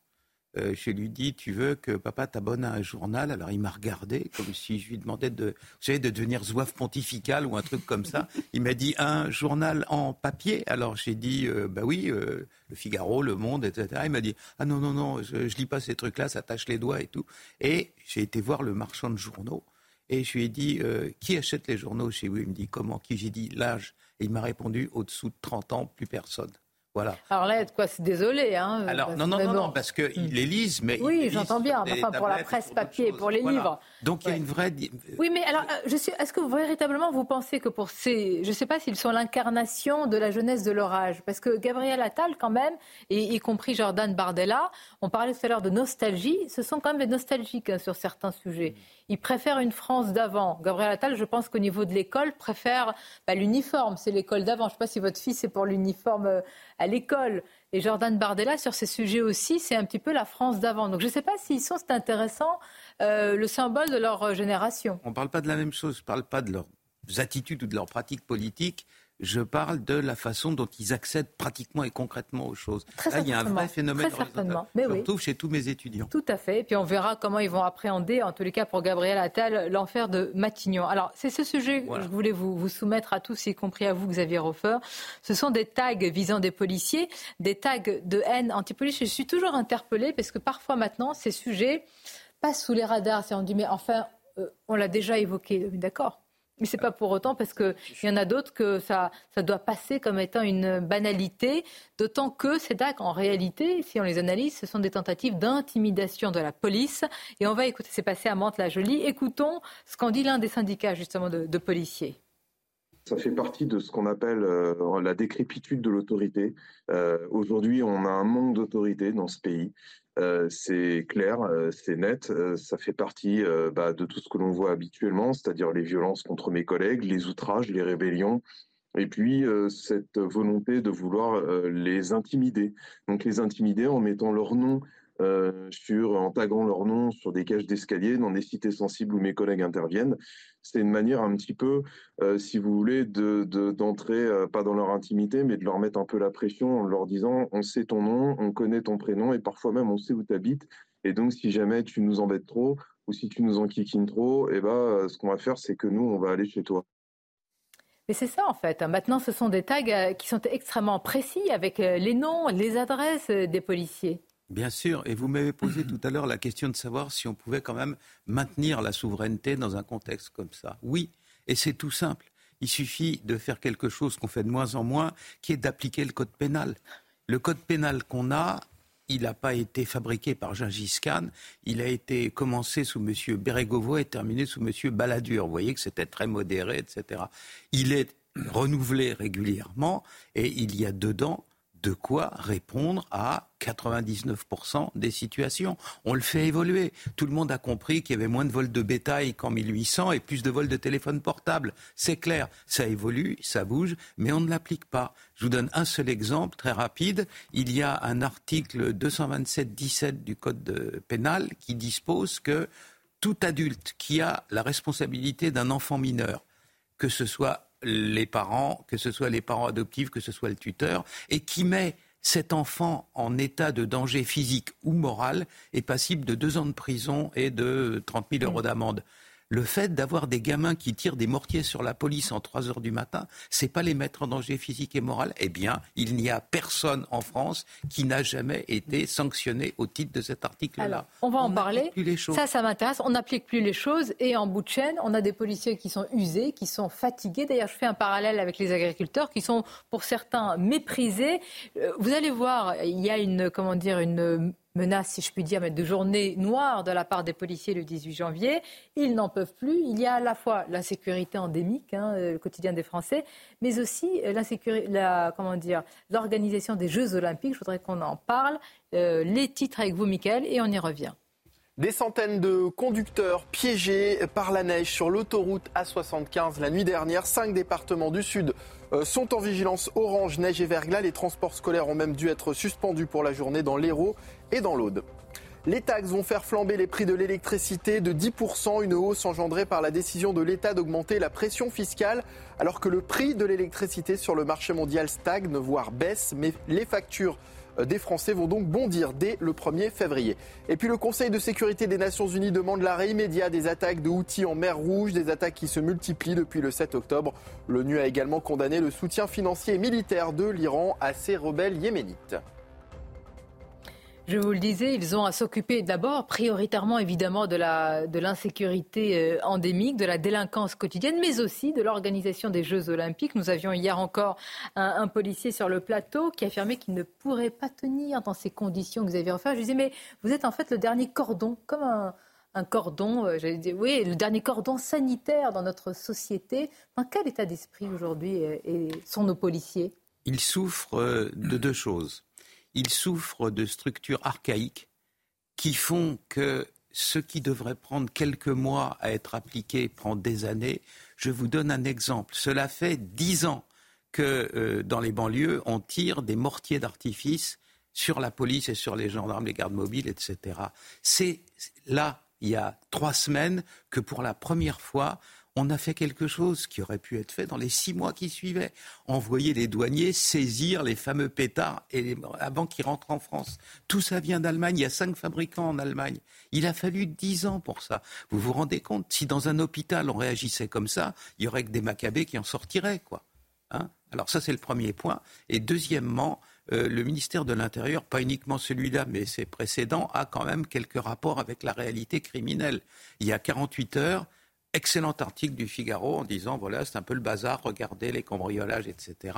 je lui dis, tu veux que papa t'abonne à un journal? Alors il m'a regardé comme si je lui demandais de devenir zouave pontifical ou un truc comme ça. Il m'a dit, un journal en papier? Alors j'ai dit, oui, Le Figaro, Le Monde, etc. Il m'a dit, ah non, je lis pas ces trucs-là, ça tâche les doigts et tout. Et j'ai été voir le marchand de journaux et je lui ai dit, qui achète les journaux chez vous? Il me dit, comment? Qui? J'ai dit, l'âge. Et il m'a répondu, au-dessous de 30 ans, plus personne. Voilà. Alors là, c'est désolé. Alors, non, parce qu'ils les lisent, mais... Oui, j'entends bien, enfin pour la presse papier, pour les livres. Donc il y a une vraie... Oui, mais alors, est-ce que véritablement vous pensez que pour ces... Je ne sais pas s'ils sont l'incarnation de la jeunesse de leur âge, parce que Gabriel Attal, quand même, et y compris Jordan Bardella, on parlait tout à l'heure de nostalgie, ce sont quand même des nostalgiques sur certains sujets. Ils préfèrent une France d'avant. Gabriel Attal, je pense qu'au niveau de l'école, préfère l'uniforme, c'est l'école d'avant. Je ne sais pas si votre fils est pour l'uniforme à l'école. Et Jordan Bardella, sur ces sujets aussi, c'est un petit peu la France d'avant. Donc je ne sais pas s'ils sont, c'est intéressant, le symbole de leur génération. On ne parle pas de la même chose, je ne parle pas de leurs attitudes ou de leurs pratiques politiques. Je parle de la façon dont ils accèdent pratiquement et concrètement aux choses. Là, il y a un vrai phénomène horizontal. Je le retrouve chez tous mes étudiants. Tout à fait. Et puis on verra comment ils vont appréhender, en tous les cas pour Gabriel Attal, l'enfer de Matignon. Alors, c'est ce sujet que je voulais vous soumettre à tous, y compris à vous, Xavier Hofer. Ce sont des tags visant des policiers, des tags de haine anti-policiers. Je suis toujours interpellée parce que parfois maintenant, ces sujets passent sous les radars. On dit, mais enfin, on l'a déjà évoqué, d'accord. Mais ce n'est pas pour autant parce qu'il y en a d'autres que ça doit passer comme étant une banalité, d'autant que ces tags, en réalité, si on les analyse, ce sont des tentatives d'intimidation de la police. Et on va écouter, c'est passé à Mantes-la-Jolie. Écoutons ce qu'en dit l'un des syndicats justement de policiers. Ça fait partie de ce qu'on appelle la décrépitude de l'autorité. Aujourd'hui, on a un manque d'autorité dans ce pays. C'est clair, c'est net, ça fait partie de tout ce que l'on voit habituellement, c'est-à-dire les violences contre mes collègues, les outrages, les rébellions, et puis cette volonté de vouloir les intimider. Donc les intimider en mettant leur nom en taguant leur nom sur des cages d'escalier dans des cités sensibles où mes collègues interviennent. C'est une manière un petit peu, si vous voulez, d'entrer, pas dans leur intimité, mais de leur mettre un peu la pression en leur disant « on sait ton nom, on connaît ton prénom et parfois même on sait où tu habites. Et donc si jamais tu nous embêtes trop ou si tu nous enquiquines trop, ce qu'on va faire, c'est que nous, on va aller chez toi. » Mais c'est ça en fait. Maintenant, ce sont des tags qui sont extrêmement précis avec les noms, les adresses des policiers. Bien sûr, et vous m'avez posé tout à l'heure la question de savoir si on pouvait quand même maintenir la souveraineté dans un contexte comme ça. Oui, et c'est tout simple. Il suffit de faire quelque chose qu'on fait de moins en moins, qui est d'appliquer le code pénal. Le code pénal qu'on a, il n'a pas été fabriqué par Gengis Khan, il a été commencé sous M. Bérégovoy et terminé sous M. Balladur. Vous voyez que c'était très modéré, etc. Il est renouvelé régulièrement et il y a dedans de quoi répondre à 99% des situations. On le fait évoluer. Tout le monde a compris qu'il y avait moins de vols de bétail qu'en 1800 et plus de vols de téléphone portable. C'est clair, ça évolue, ça bouge, mais on ne l'applique pas. Je vous donne un seul exemple, très rapide. Il y a un article 227-17 du Code pénal qui dispose que tout adulte qui a la responsabilité d'un enfant mineur, que ce soit les parents, que ce soit les parents adoptifs, que ce soit le tuteur, et qui met cet enfant en état de danger physique ou moral est passible de 2 ans de prison et de 30 000 euros d'amende. Le fait d'avoir des gamins qui tirent des mortiers sur la police en 3 heures du matin, c'est pas les mettre en danger physique et moral. Eh bien, il n'y a personne en France qui n'a jamais été sanctionné au titre de cet article-là. Alors, on va en parler. Ça m'intéresse. On n'applique plus les choses et en bout de chaîne, on a des policiers qui sont usés, qui sont fatigués. D'ailleurs, je fais un parallèle avec les agriculteurs qui sont, pour certains, méprisés. Vous allez voir, il y a une menace, si je puis dire, mais de journée noire de la part des policiers le 18 janvier. Ils n'en peuvent plus. Il y a à la fois l'insécurité endémique, le quotidien des Français, mais aussi l'organisation des Jeux Olympiques. Je voudrais qu'on en parle. Les titres avec vous, Mickaël, et on y revient. Des centaines de conducteurs piégés par la neige sur l'autoroute A75 la nuit dernière. 5 départements du Sud sont en vigilance orange, neige et verglas. Les transports scolaires ont même dû être suspendus pour la journée dans l'Hérault et dans l'Aude. Les taxes vont faire flamber les prix de l'électricité de 10%, une hausse engendrée par la décision de l'État d'augmenter la pression fiscale, alors que le prix de l'électricité sur le marché mondial stagne, voire baisse. Mais les factures des Français vont donc bondir dès le 1er février. Et puis le Conseil de sécurité des Nations Unies demande l'arrêt immédiat des attaques de Houthis en mer Rouge, des attaques qui se multiplient depuis le 7 octobre. L'ONU a également condamné le soutien financier et militaire de l'Iran à ces rebelles yéménites. Je vous le disais, ils ont à s'occuper d'abord, prioritairement évidemment, de l'insécurité endémique, de la délinquance quotidienne, mais aussi de l'organisation des Jeux Olympiques. Nous avions hier encore un policier sur le plateau qui affirmait qu'il ne pourrait pas tenir dans ces conditions que vous avez refaire. Je disais, mais vous êtes en fait le dernier cordon, comme un cordon, j'allais dire, oui, le dernier cordon sanitaire dans notre société. Dans quel état d'esprit aujourd'hui sont nos policiers ? Ils souffrent de deux choses. Ils souffrent de structures archaïques qui font que ce qui devrait prendre quelques mois à être appliqué prend des années. Je vous donne un exemple. Cela fait 10 ans que dans les banlieues, on tire des mortiers d'artifice sur la police et sur les gendarmes, les gardes mobiles, etc. C'est là, il y a 3 semaines, que pour la première fois, on a fait quelque chose qui aurait pu être fait dans les 6 mois qui suivaient. Envoyer les douaniers saisir les fameux pétards avant qu'ils rentrent en France. Tout ça vient d'Allemagne. Il y a 5 fabricants en Allemagne. Il a fallu 10 ans pour ça. Vous vous rendez compte ? Si dans un hôpital on réagissait comme ça, il y aurait que des macabées qui en sortiraient, quoi. Alors ça, c'est le premier point. Et deuxièmement, le ministère de l'Intérieur, pas uniquement celui-là, mais ses précédents, a quand même quelques rapports avec la réalité criminelle. Il y a 48 heures, excellent article du Figaro en disant, voilà, c'est un peu le bazar, regardez les cambriolages, etc.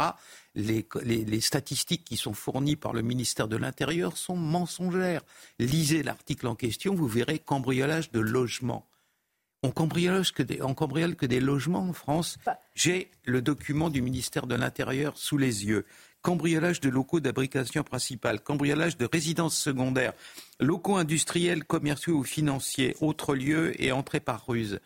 Les statistiques qui sont fournies par le ministère de l'Intérieur sont mensongères. Lisez l'article en question, vous verrez cambriolage de logements. On cambriole que des logements en France. J'ai le document du ministère de l'Intérieur sous les yeux. Cambriolage de locaux d'abrication principale, cambriolage de résidences secondaires, locaux industriels, commerciaux ou financiers, autres lieux et entrées par ruse.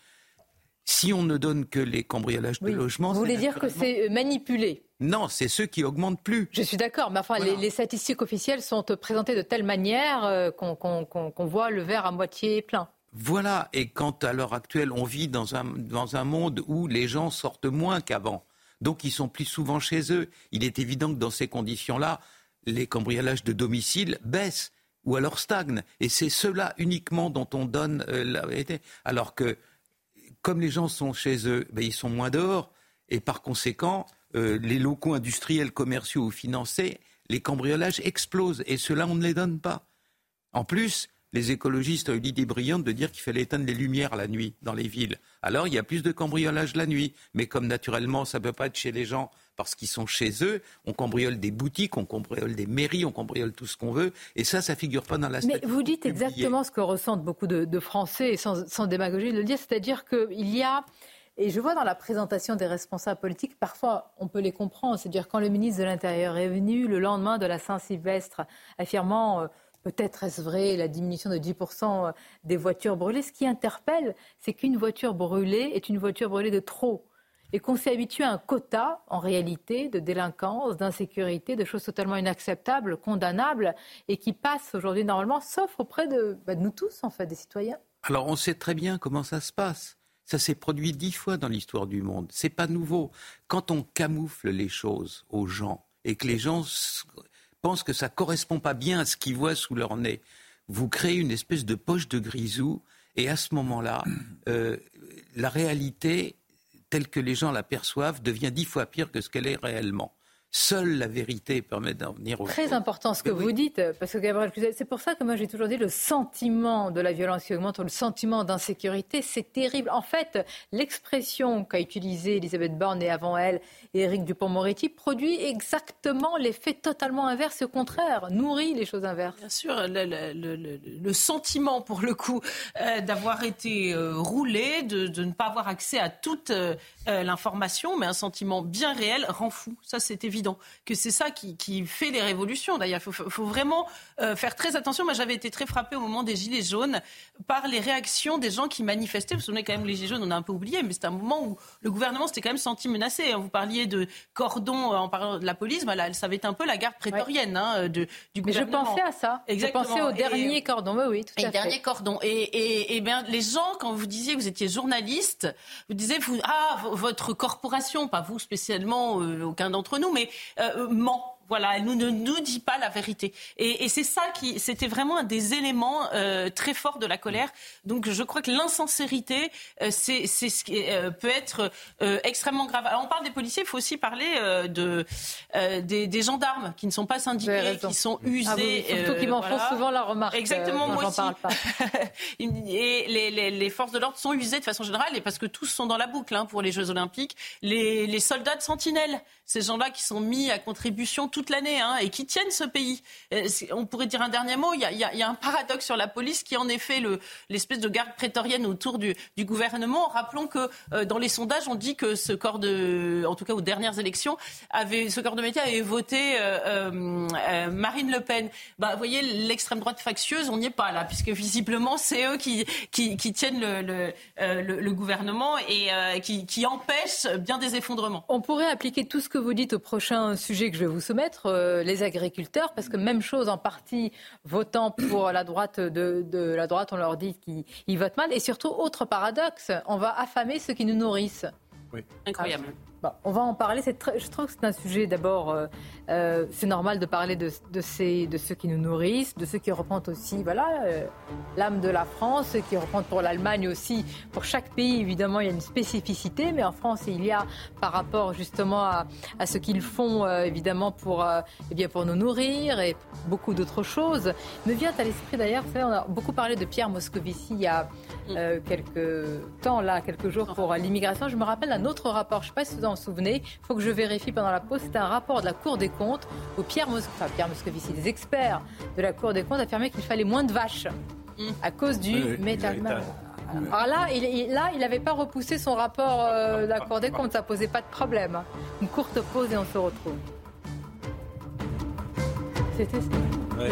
Si on ne donne que les cambriolages de logements... Vous voulez dire que c'est manipulé ? Non, c'est ceux qui augmentent plus. Je suis d'accord, mais enfin, voilà. les statistiques officielles sont présentées de telle manière qu'on voit le verre à moitié plein. Voilà, et quand à l'heure actuelle, on vit dans un monde où les gens sortent moins qu'avant, donc ils sont plus souvent chez eux, il est évident que dans ces conditions-là, les cambriolages de domicile baissent ou alors stagnent. Et c'est ceux-là uniquement dont on donne la vérité. Alors que, comme les gens sont chez eux, ils sont moins dehors. Et par conséquent, les locaux industriels, commerciaux ou financiers, les cambriolages explosent. Et ceux-là, on ne les donne pas. En plus, les écologistes ont eu l'idée brillante de dire qu'il fallait éteindre les lumières la nuit dans les villes. Alors, il y a plus de cambriolage la nuit. Mais comme naturellement, ça ne peut pas être chez les gens parce qu'ils sont chez eux, on cambriole des boutiques, on cambriole des mairies, on cambriole tout ce qu'on veut. Et ça ne figure pas dans la statistique. Mais vous dites exactement ce que ressentent beaucoup de Français, et sans démagogie de le dire, c'est-à-dire qu'il y a... Et je vois dans la présentation des responsables politiques, parfois on peut les comprendre. C'est-à-dire quand le ministre de l'Intérieur est venu le lendemain de la Saint-Sylvestre, affirmant... Peut-être est-ce vrai, la diminution de 10% des voitures brûlées. Ce qui interpelle, c'est qu'une voiture brûlée est une voiture brûlée de trop. Et qu'on s'est habitué à un quota, en réalité, de délinquance, d'insécurité, de choses totalement inacceptables, condamnables, et qui passent aujourd'hui normalement, sauf auprès de nous tous, en fait, des citoyens. Alors on sait très bien comment ça se passe. Ça s'est produit 10 fois dans l'histoire du monde. C'est pas nouveau. Quand on camoufle les choses aux gens, et que les gens... pensent que ça ne correspond pas bien à ce qu'ils voient sous leur nez. Vous créez une espèce de poche de grisou et à ce moment-là, la réalité, telle que les gens l'aperçoivent, devient 10 fois pire que ce qu'elle est réellement. Seule la vérité permet d'en venir au fond. Très important ce que vous dites, parce que Gabriel Cluzel, c'est pour ça que moi j'ai toujours dit le sentiment de la violence qui augmente, le sentiment d'insécurité, c'est terrible. En fait, l'expression qu'a utilisée Elisabeth Borne et avant elle Éric Dupond-Moretti produit exactement l'effet totalement inverse et au contraire, nourrit les choses inverses. Bien sûr, le sentiment pour le coup d'avoir été roulé, de ne pas avoir accès à toute l'information, mais un sentiment bien réel rend fou. Ça c'est évident. Que c'est ça qui fait les révolutions. D'ailleurs, il faut vraiment faire très attention. Moi, j'avais été très frappée au moment des Gilets jaunes par les réactions des gens qui manifestaient. Vous vous souvenez quand même, les Gilets jaunes, on a un peu oublié, mais c'était un moment où le gouvernement s'était quand même senti menacé. Vous parliez de cordon en parlant de la police. Là, ça avait été un peu la garde prétorienne du gouvernement. Mais je pensais à ça. Exactement. Je pensais au dernier cordon. Oui, tout à fait. Dernier cordon. Et bien, les gens, quand vous disiez que vous étiez journaliste, vous disiez, votre corporation, pas vous spécialement, aucun d'entre nous, mais ment. Voilà, elle ne nous dit pas la vérité. Et c'est ça c'était vraiment un des éléments très forts de la colère. Donc je crois que l'insincérité, c'est ce qui peut être extrêmement grave. Alors on parle des policiers, il faut aussi parler des gendarmes qui ne sont pas syndiqués, qui sont usés. Surtout qu'ils m'en font souvent la remarque. Exactement, moi j'en aussi. parle pas. Et les forces de l'ordre sont usées de façon générale, et parce que tous sont dans la boucle pour les Jeux Olympiques. Les soldats de sentinelle, ces gens-là qui sont mis à contribution toute l'année et qui tiennent ce pays. On pourrait dire un dernier mot, il y a un paradoxe sur la police qui est en effet l'espèce de garde prétorienne autour du gouvernement. Rappelons que dans les sondages, on dit que ce corps en tout cas aux dernières élections, ce corps de métier avait voté Marine Le Pen. Vous voyez, l'extrême droite factieuse, on n'y est pas là, puisque visiblement c'est eux qui tiennent le gouvernement et qui empêchent bien des effondrements. On pourrait appliquer tout ce que vous dites au prochain sujet que je vais vous soumettre, les agriculteurs, parce que même chose en partie votant pour la droite de la droite, on leur dit qu'ils votent mal. Et surtout, autre paradoxe, on va affamer ceux qui nous nourrissent. Oui. Incroyable. Bon, on va en parler. Je trouve que c'est un sujet, d'abord, c'est normal de parler de ceux qui nous nourrissent, de ceux qui représentent aussi l'âme de la France, ceux qui représentent pour l'Allemagne aussi. Pour chaque pays, évidemment, il y a une spécificité, mais en France, il y a, par rapport justement à ce qu'ils font, évidemment, pour nous nourrir et beaucoup d'autres choses. Me vient à l'esprit, d'ailleurs, vous savez, on a beaucoup parlé de Pierre Moscovici il y a quelques jours pour l'immigration. Je me rappelle d'un autre rapport, je ne sais pas si vous en souvenez, il faut que je vérifie pendant la pause, c'était un rapport de la Cour des comptes où Pierre Moscovici, des experts de la Cour des comptes affirmaient qu'il fallait moins de vaches à cause du méthane. Alors là, il n'avait pas repoussé son rapport de la Cour des comptes, ça ne posait pas de problème. Une courte pause et on se retrouve. C'était ça. Ouais.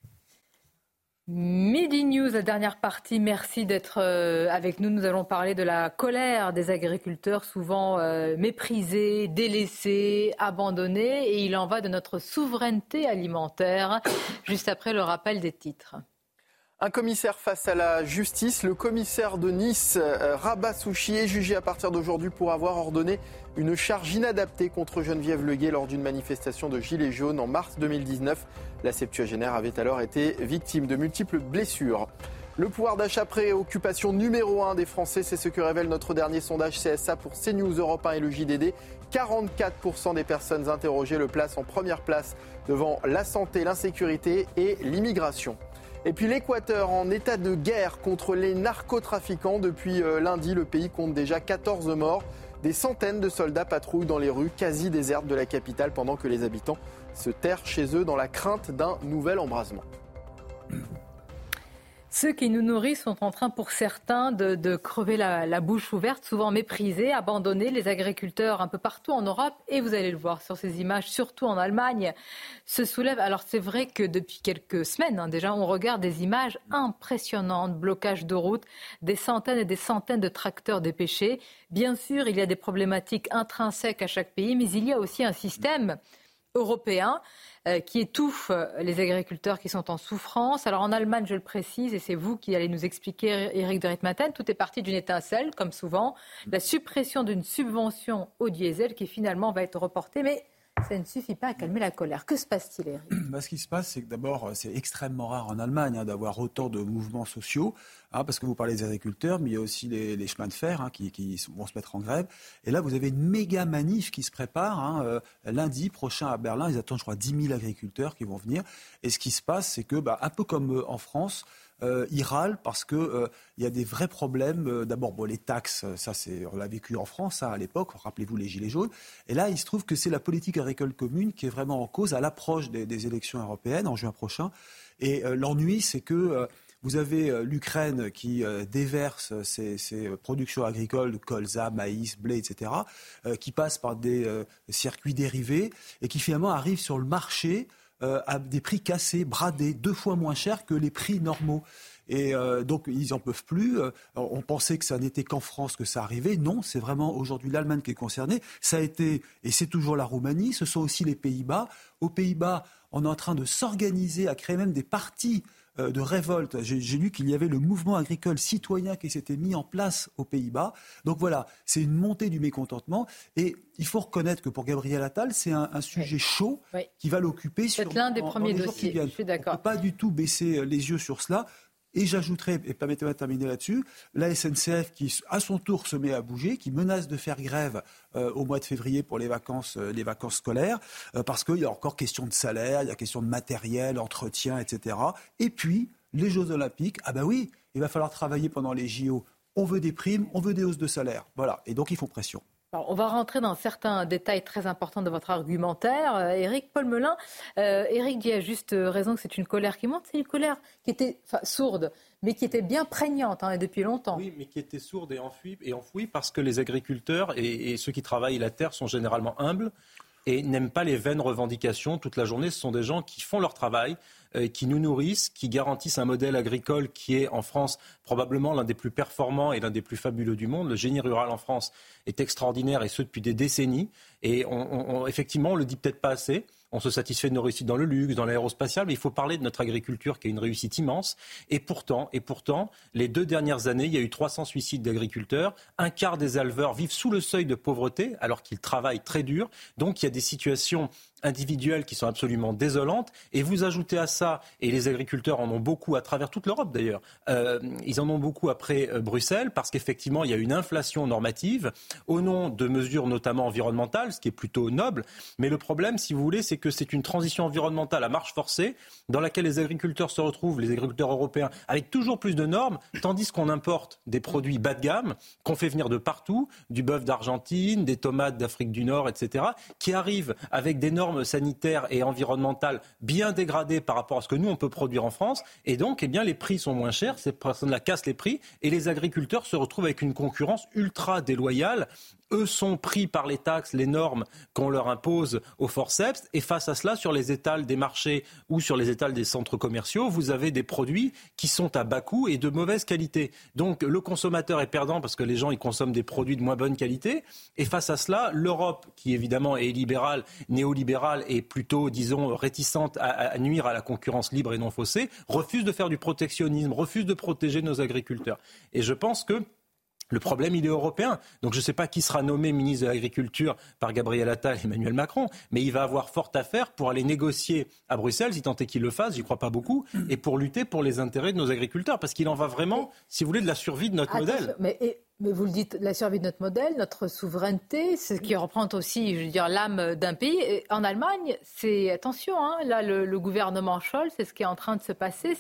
Midi News, la dernière partie. Merci d'être avec nous. Nous allons parler de la colère des agriculteurs, souvent méprisés, délaissés, abandonnés. Et il en va de notre souveraineté alimentaire, juste après le rappel des titres. Un commissaire face à la justice. Le commissaire de Nice, Rabat Souchi, est jugé à partir d'aujourd'hui pour avoir ordonné une charge inadaptée contre Geneviève Leguet lors d'une manifestation de Gilets jaunes en mars 2019. La septuagénaire avait alors été victime de multiples blessures. Le pouvoir d'achat, préoccupation numéro 1 des Français, c'est ce que révèle notre dernier sondage CSA pour CNews, Europe 1 et le JDD. 44% des personnes interrogées le placent en première place devant la santé, l'insécurité et l'immigration. Et puis l'Équateur en état de guerre contre les narcotrafiquants. Depuis lundi, le pays compte déjà 14 morts. Des centaines de soldats patrouillent dans les rues quasi désertes de la capitale pendant que les habitants se terrent chez eux dans la crainte d'un nouvel embrasement. Ceux qui nous nourrissent sont en train, pour certains, de crever la bouche ouverte, souvent méprisés, abandonnés. Les agriculteurs un peu partout en Europe, et vous allez le voir sur ces images, surtout en Allemagne, se soulèvent. Alors c'est vrai que depuis quelques semaines, déjà, on regarde des images impressionnantes, blocage de routes, des centaines et des centaines de tracteurs dépêchés. Bien sûr, il y a des problématiques intrinsèques à chaque pays, mais il y a aussi un système européen qui étouffe les agriculteurs qui sont en souffrance. Alors en Allemagne, je le précise, et c'est vous qui allez nous expliquer, Éric de Ritmaten, tout est parti d'une étincelle, comme souvent, la suppression d'une subvention au diesel qui finalement va être reportée, mais ça ne suffit pas à calmer la colère. Que se passe-t-il, Éric ? Ce qui se passe, c'est que d'abord, c'est extrêmement rare en Allemagne d'avoir autant de mouvements sociaux, parce que vous parlez des agriculteurs, mais il y a aussi les chemins de fer qui vont se mettre en grève. Et là, vous avez une méga manif qui se prépare. Lundi prochain à Berlin, ils attendent, je crois, 10 000 agriculteurs qui vont venir. Et ce qui se passe, c'est que, un peu comme en France, ils râlent parce que il y a des vrais problèmes. D'abord, les taxes, ça on l'a vécu en France à l'époque. Rappelez-vous les Gilets jaunes. Et là, il se trouve que c'est la politique agricole commune qui est vraiment en cause à l'approche des élections européennes en juin prochain. Et l'ennui, c'est que vous avez l'Ukraine qui déverse ses productions agricoles, colza, maïs, blé, etc., qui passent par des circuits dérivés et qui finalement arrivent sur le marché à des prix cassés, bradés, 2 fois moins chers que les prix normaux. Et donc, ils n'en peuvent plus. On pensait que ça n'était qu'en France que ça arrivait. Non, c'est vraiment aujourd'hui l'Allemagne qui est concernée. Ça a été, et c'est toujours la Roumanie, ce sont aussi les Pays-Bas. Aux Pays-Bas, on est en train de s'organiser, à créer même des partis de révolte. J'ai lu qu'il y avait le mouvement agricole citoyen qui s'était mis en place aux Pays-Bas. Donc voilà, c'est une montée du mécontentement. Et il faut reconnaître que pour Gabriel Attal, c'est un sujet chaud qui va l'occuper sur l'un des premiers dossiers. Je suis d'accord. On ne peut pas du tout baisser les yeux sur cela. Et j'ajouterai, et permettez-moi de terminer là-dessus, la SNCF qui, à son tour, se met à bouger, qui menace de faire grève au mois de février pour les vacances scolaires, parce qu'il y a encore question de salaire, il y a question de matériel, entretien, etc. Et puis, les Jeux Olympiques, ah ben oui, il va falloir travailler pendant les JO. On veut des primes, on veut des hausses de salaire. Voilà, et donc ils font pression. Alors, on va rentrer dans certains détails très importants de votre argumentaire. Éric Paul Melun, Éric dit à juste raison que c'est une colère qui monte. C'est une colère qui était sourde, mais qui était bien prégnante depuis longtemps. Oui, mais qui était sourde et enfouie parce que les agriculteurs et ceux qui travaillent la terre sont généralement humbles et n'aiment pas les vaines revendications toute la journée. Ce sont des gens qui font leur travail, qui nous nourrissent, qui garantissent un modèle agricole qui est en France probablement l'un des plus performants et l'un des plus fabuleux du monde. Le génie rural en France est extraordinaire et ce depuis des décennies. Et effectivement, on ne le dit peut-être pas assez. On se satisfait de nos réussites dans le luxe, dans l'aérospatial, mais il faut parler de notre agriculture qui a une réussite immense. Et pourtant, les 2 dernières années, il y a eu 300 suicides d'agriculteurs. Un quart des éleveurs vivent sous le seuil de pauvreté alors qu'ils travaillent très dur. Donc il y a des situations individuelles qui sont absolument désolantes. Et vous ajoutez à ça, et les agriculteurs en ont beaucoup à travers toute l'Europe d'ailleurs, ils en ont beaucoup après Bruxelles, parce qu'effectivement il y a une inflation normative au nom de mesures notamment environnementales, ce qui est plutôt noble. Mais le problème, si vous voulez, c'est que c'est une transition environnementale à marche forcée dans laquelle les agriculteurs se retrouvent, les agriculteurs européens, avec toujours plus de normes, tandis qu'on importe des produits bas de gamme, qu'on fait venir de partout, du bœuf d'Argentine, des tomates d'Afrique du Nord, etc., qui arrivent avec des normes sanitaires et environnementales bien dégradées par rapport à ce que nous, on peut produire en France. Et donc, les prix sont moins chers, ces personnes-là cassent les prix, et les agriculteurs se retrouvent avec une concurrence ultra déloyale. Eux sont pris par les taxes, les normes qu'on leur impose au forceps. Et face à cela, sur les étals des marchés ou sur les étals des centres commerciaux, vous avez des produits qui sont à bas coût et de mauvaise qualité. Donc le consommateur est perdant parce que les gens ils consomment des produits de moins bonne qualité. Et face à cela, l'Europe, qui évidemment est libérale, néolibérale et plutôt, disons, réticente à nuire à la concurrence libre et non faussée, refuse de faire du protectionnisme, refuse de protéger nos agriculteurs. Et je pense que le problème, il est européen. Donc je ne sais pas qui sera nommé ministre de l'Agriculture par Gabriel Attal et Emmanuel Macron, mais il va avoir fort à faire pour aller négocier à Bruxelles, si tant est qu'il le fasse, j'y crois pas beaucoup, et pour lutter pour les intérêts de nos agriculteurs. Parce qu'il en va vraiment, si vous voulez, de la survie de notre modèle. Mais vous le dites, la survie de notre modèle, notre souveraineté, ce qui représente aussi, je veux dire, l'âme d'un pays. Et en Allemagne, c'est, attention, là, le gouvernement Scholz, c'est ce qui est en train de se passer,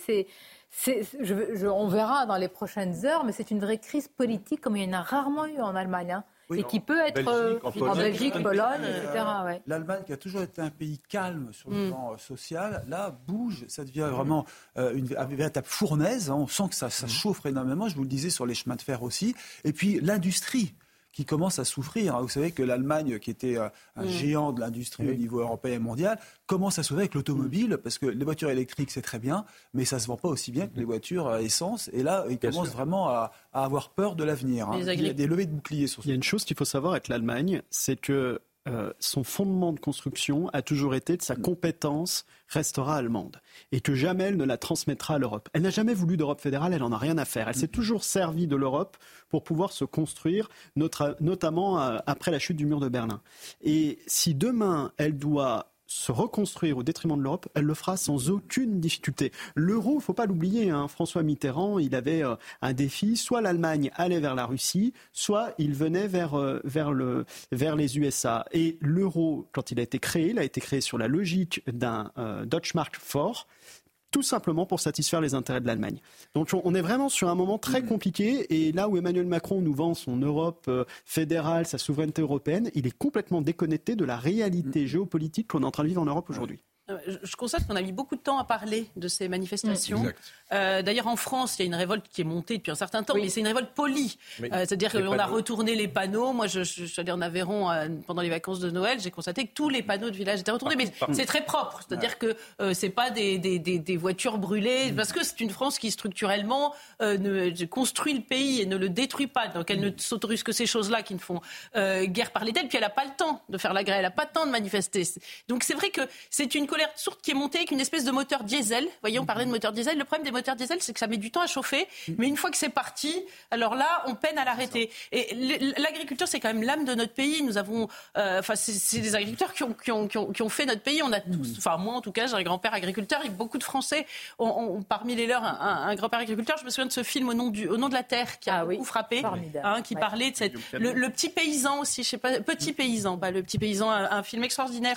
on verra dans les prochaines heures, mais c'est une vraie crise politique comme il y en a rarement eu en Allemagne. Oui, et qui peut être en Belgique, Pologne, etc. Ouais. L'Allemagne, qui a toujours été un pays calme sur le plan social, là, bouge, ça devient vraiment une véritable fournaise. On sent que ça chauffe énormément, je vous le disais, sur les chemins de fer aussi. Et puis l'industrie qui commence à souffrir. Vous savez que l'Allemagne, qui était un géant de l'industrie au niveau européen et mondial, commence à souffrir avec l'automobile, parce que les voitures électriques, c'est très bien, mais ça ne se vend pas aussi bien que les voitures à essence. Et là, ils commencent vraiment à avoir peur de l'avenir. Il y a des levées de boucliers sur ça. Il y a une chose qu'il faut savoir avec l'Allemagne, c'est que son fondement de construction a toujours été de sa compétence restera allemande et que jamais elle ne la transmettra à l'Europe. Elle n'a jamais voulu d'Europe fédérale, elle n'en a rien à faire. Elle s'est toujours servie de l'Europe pour pouvoir se construire, notamment après la chute du mur de Berlin. Et si demain elle doit se reconstruire au détriment de l'Europe, elle le fera sans aucune difficulté. L'euro, il ne faut pas l'oublier, François Mitterrand, il avait un défi, soit l'Allemagne allait vers la Russie, soit il venait vers les USA. Et l'euro, quand il a été créé sur la logique d'un Deutschmark fort, tout simplement pour satisfaire les intérêts de l'Allemagne. Donc on est vraiment sur un moment très compliqué, et là où Emmanuel Macron nous vend son Europe fédérale, sa souveraineté européenne, il est complètement déconnecté de la réalité géopolitique qu'on est en train de vivre en Europe aujourd'hui. Je constate qu'on a mis beaucoup de temps à parler de ces manifestations. D'ailleurs, en France, il y a une révolte qui est montée depuis un certain temps, mais c'est une révolte polie. C'est-à-dire qu'on a retourné les panneaux. Moi, je suis allée en Aveyron pendant les vacances de Noël. J'ai constaté que tous les panneaux de village étaient retournés. Mais c'est très propre. C'est-à-dire que c'est pas des voitures brûlées. Parce que c'est une France qui, structurellement, construit le pays et ne le détruit pas. Donc, elle ne s'autorise que ces choses-là qui ne font guère parler d'elle. Puis, elle n'a pas le temps de faire la grève. Elle n'a pas le temps de manifester. Donc, c'est vrai que c'est une colère l'air sourde qui est monté avec une espèce de moteur diesel. Vous voyez, on parlait de moteur diesel. Le problème des moteurs diesel, c'est que ça met du temps à chauffer. Mais une fois que c'est parti, alors là, on peine à l'arrêter. Et l'agriculture, c'est quand même l'âme de notre pays. Nous avons, c'est des agriculteurs qui ont fait notre pays. On a tous, enfin moi en tout cas, j'ai un grand-père agriculteur et beaucoup de Français ont parmi les leurs un grand-père agriculteur. Je me souviens de ce film Au nom de la terre qui a beaucoup frappé, qui parlait de le petit paysan aussi. Je sais pas, Petit paysan, le petit paysan, un film extraordinaire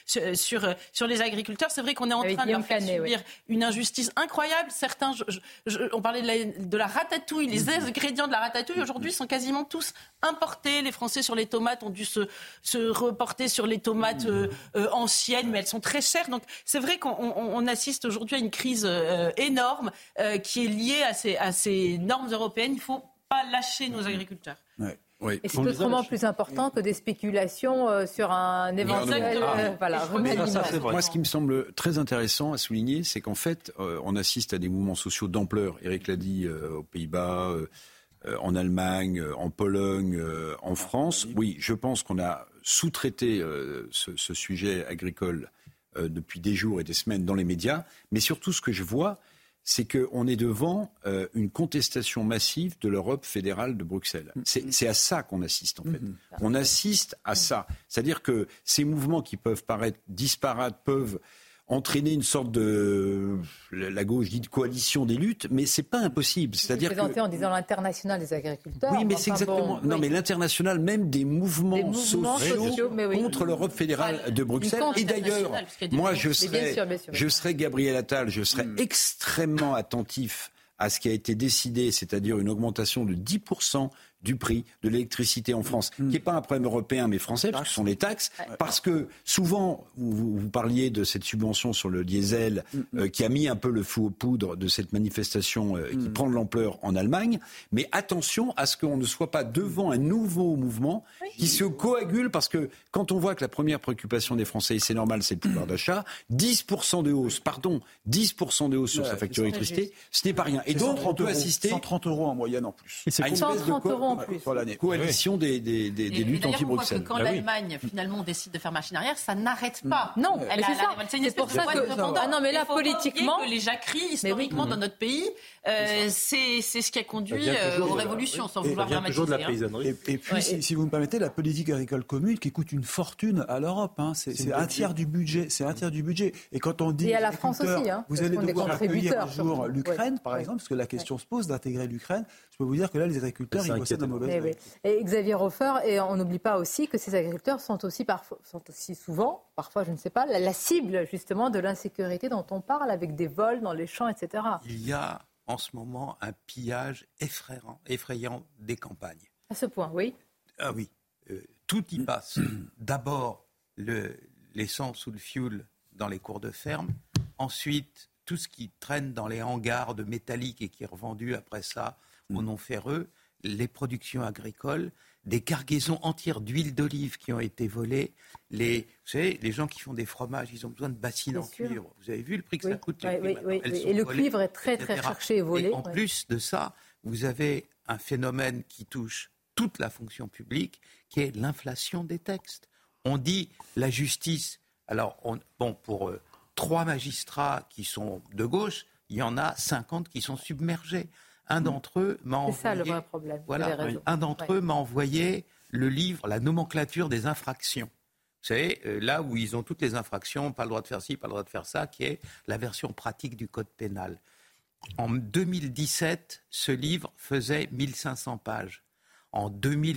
sur les agriculteurs. C'est vrai qu'on est en train de leur faire subir une injustice incroyable. Certains, on parlait de la ratatouille, les ingrédients de la ratatouille aujourd'hui sont quasiment tous importés. Les Français sur les tomates ont dû se reporter sur les tomates anciennes, mais elles sont très chères. Donc c'est vrai qu'on assiste aujourd'hui à une crise énorme qui est liée à ces normes européennes. Il ne faut pas lâcher nos agriculteurs. Ouais. Oui. Et c'est autrement plus important que des spéculations sur un éventuel remaniement. Moi, ce qui me semble très intéressant à souligner, c'est qu'en fait, on assiste à des mouvements sociaux d'ampleur. Éric l'a dit, aux Pays-Bas, en Allemagne, en Pologne, en France. Oui, je pense qu'on a sous-traité ce sujet agricole depuis des jours et des semaines dans les médias. Mais surtout, ce que je vois, c'est qu'on est devant une contestation massive de l'Europe fédérale de Bruxelles. C'est à ça qu'on assiste, en fait. On assiste à ça. C'est-à-dire que ces mouvements qui peuvent paraître disparates peuvent entraîner une sorte de, la gauche dit de coalition des luttes, mais c'est pas impossible. C'est-à-dire présenté en disant l'international des agriculteurs. Oui, mais c'est exactement. Non, mais l'international, même des mouvements sociaux contre l'Europe fédérale de Bruxelles. Et d'ailleurs, moi, je serais Gabriel Attal, je serais extrêmement attentif à ce qui a été décidé, c'est-à-dire une augmentation de 10% du prix de l'électricité en France, qui n'est pas un problème européen mais français, parce que ce sont les taxes, parce que souvent, vous parliez de cette subvention sur le diesel qui a mis un peu le feu aux poudres de cette manifestation qui prend de l'ampleur en Allemagne, mais attention à ce qu'on ne soit pas devant un nouveau mouvement qui se coagule, parce que quand on voit que la première préoccupation des Français, et c'est normal, c'est le pouvoir d'achat, 10% de hausse, 10% de hausse sur sa facture d'électricité, ce n'est pas rien. Et donc, on peut assister 130 € en moyenne en plus. À une espèce de pour l'année. Coalition des luttes anti-Bruxelles. Quand l'Allemagne finalement décide de faire machine arrière, ça n'arrête pas. Non, c'est une espèce de non, mais là politiquement, que les jacqueries historiquement dans notre pays, c'est ce qui a conduit aux révolutions, sans vouloir dramatiser. Et puis, si vous me permettez, la politique agricole commune qui coûte une fortune à l'Europe, c'est un tiers du budget. C'est un tiers du budget. Et quand on dit et à la France aussi, vous allez devoir accueillir un jour l'Ukraine, par exemple, parce que la question se pose d'intégrer l'Ukraine. Je peux vous dire que là, les agriculteurs, ils possèdent un mauvais. Et Xavier Hofer, et on n'oublie pas aussi que ces agriculteurs sont aussi souvent, parfois je ne sais pas, la cible justement de l'insécurité dont on parle, avec des vols dans les champs, etc. Il y a en ce moment un pillage effrayant des campagnes. À ce point, oui. Ah oui, tout y passe. D'abord, l'essence ou le fioul dans les cours de ferme. Ensuite, tout ce qui traîne dans les hangars de métallique et qui est revendu après ça aux non-ferreux. Les productions agricoles, des cargaisons entières d'huile d'olive qui ont été volées. Vous savez, les gens qui font des fromages, ils ont besoin de bassines en cuivre. Vous avez vu le prix que ça coûte? Oui. Et le cuivre est très, très cherché et volé. Et en plus de ça, vous avez un phénomène qui touche toute la fonction publique, qui est l'inflation des textes. On dit la justice. Alors, pour 3 magistrats qui sont de gauche, il y en a 50 qui sont submergés. Un d'entre eux m'a envoyé. C'est ça le vrai problème. Un d'entre eux m'a envoyé le livre, la nomenclature des infractions. Vous savez, là où ils ont toutes les infractions, pas le droit de faire ci, pas le droit de faire ça, qui est la version pratique du code pénal. En 2017, ce livre faisait 1500 pages. En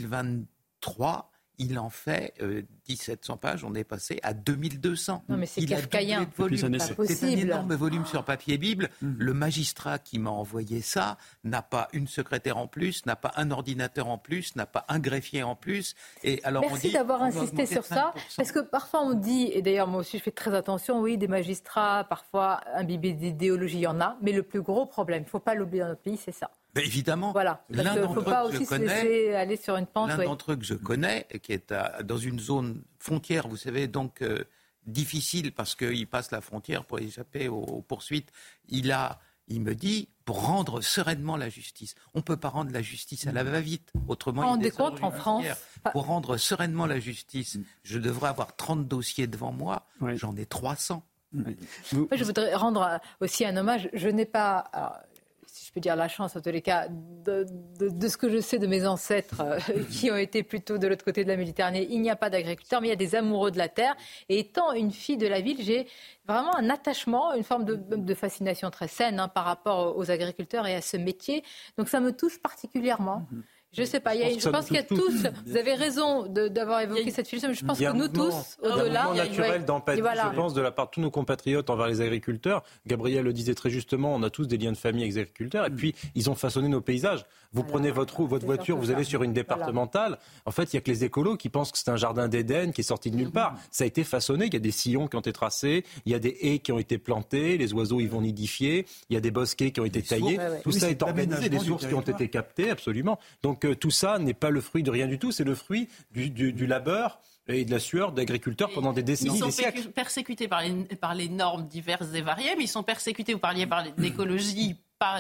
2023, il en fait 1700 pages, on est passé à 2200. Non mais c'est kafkaïen, c'est un énorme volume sur papier Bible. Le magistrat qui m'a envoyé ça n'a pas une secrétaire en plus, n'a pas un ordinateur en plus, n'a pas un greffier en plus. Et alors merci d'avoir insisté sur ça, parce que parfois on dit, et d'ailleurs moi aussi je fais très attention, oui, des magistrats parfois imbibés d'idéologie, il y en a, mais le plus gros problème, il ne faut pas l'oublier dans notre pays, c'est ça. Ben évidemment. Voilà. L'un d'entre eux que je connais, aller sur une pente, l'un d'entre eux que je connais, qui est dans une zone frontière, vous savez, donc difficile parce qu'il passe la frontière pour échapper aux poursuites. Il me dit, pour rendre sereinement la justice. On ne peut pas rendre la justice à la va-vite. Autrement, il y a des comptes en France. Pour rendre sereinement la justice, je devrais avoir 30 dossiers devant moi. Oui. J'en ai 300. Je voudrais rendre aussi un hommage. Je n'ai pas... Alors, si je peux dire la chance, en tous les cas, de ce que je sais de mes ancêtres qui ont été plutôt de l'autre côté de la Méditerranée, il n'y a pas d'agriculteurs, mais il y a des amoureux de la terre. Et étant une fille de la ville, j'ai vraiment un attachement, une forme de fascination très saine par rapport aux agriculteurs et à ce métier. Donc ça me touche particulièrement. Je ne sais pas, je pense qu'il y a tous, vous avez raison d'avoir évoqué cette philosophie, mais je pense que nous tous, au-delà... Il y a un mouvement naturel d'empathie, je pense, de la part de tous nos compatriotes envers les agriculteurs. Gabriel le disait très justement, on a tous des liens de famille avec les agriculteurs, et puis ils ont façonné nos paysages. Vous prenez votre voiture, vous allez sur une départementale, en fait, il n'y a que les écolos qui pensent que c'est un jardin d'Éden qui est sorti de nulle part. Ça a été façonné, il y a des sillons qui ont été tracés, il y a des haies qui ont été plantées, les oiseaux y vont nidifier, il y a des bosquets qui ont été taillés, tout ça est organisé, des sources qui ont été captées, absolument. Donc tout ça n'est pas le fruit de rien du tout, c'est le fruit du labeur et de la sueur d'agriculteurs pendant des décennies, des siècles. Ils sont persécutés par les normes diverses et variées, mais ils sont persécutés, vous parliez par l'écologie, par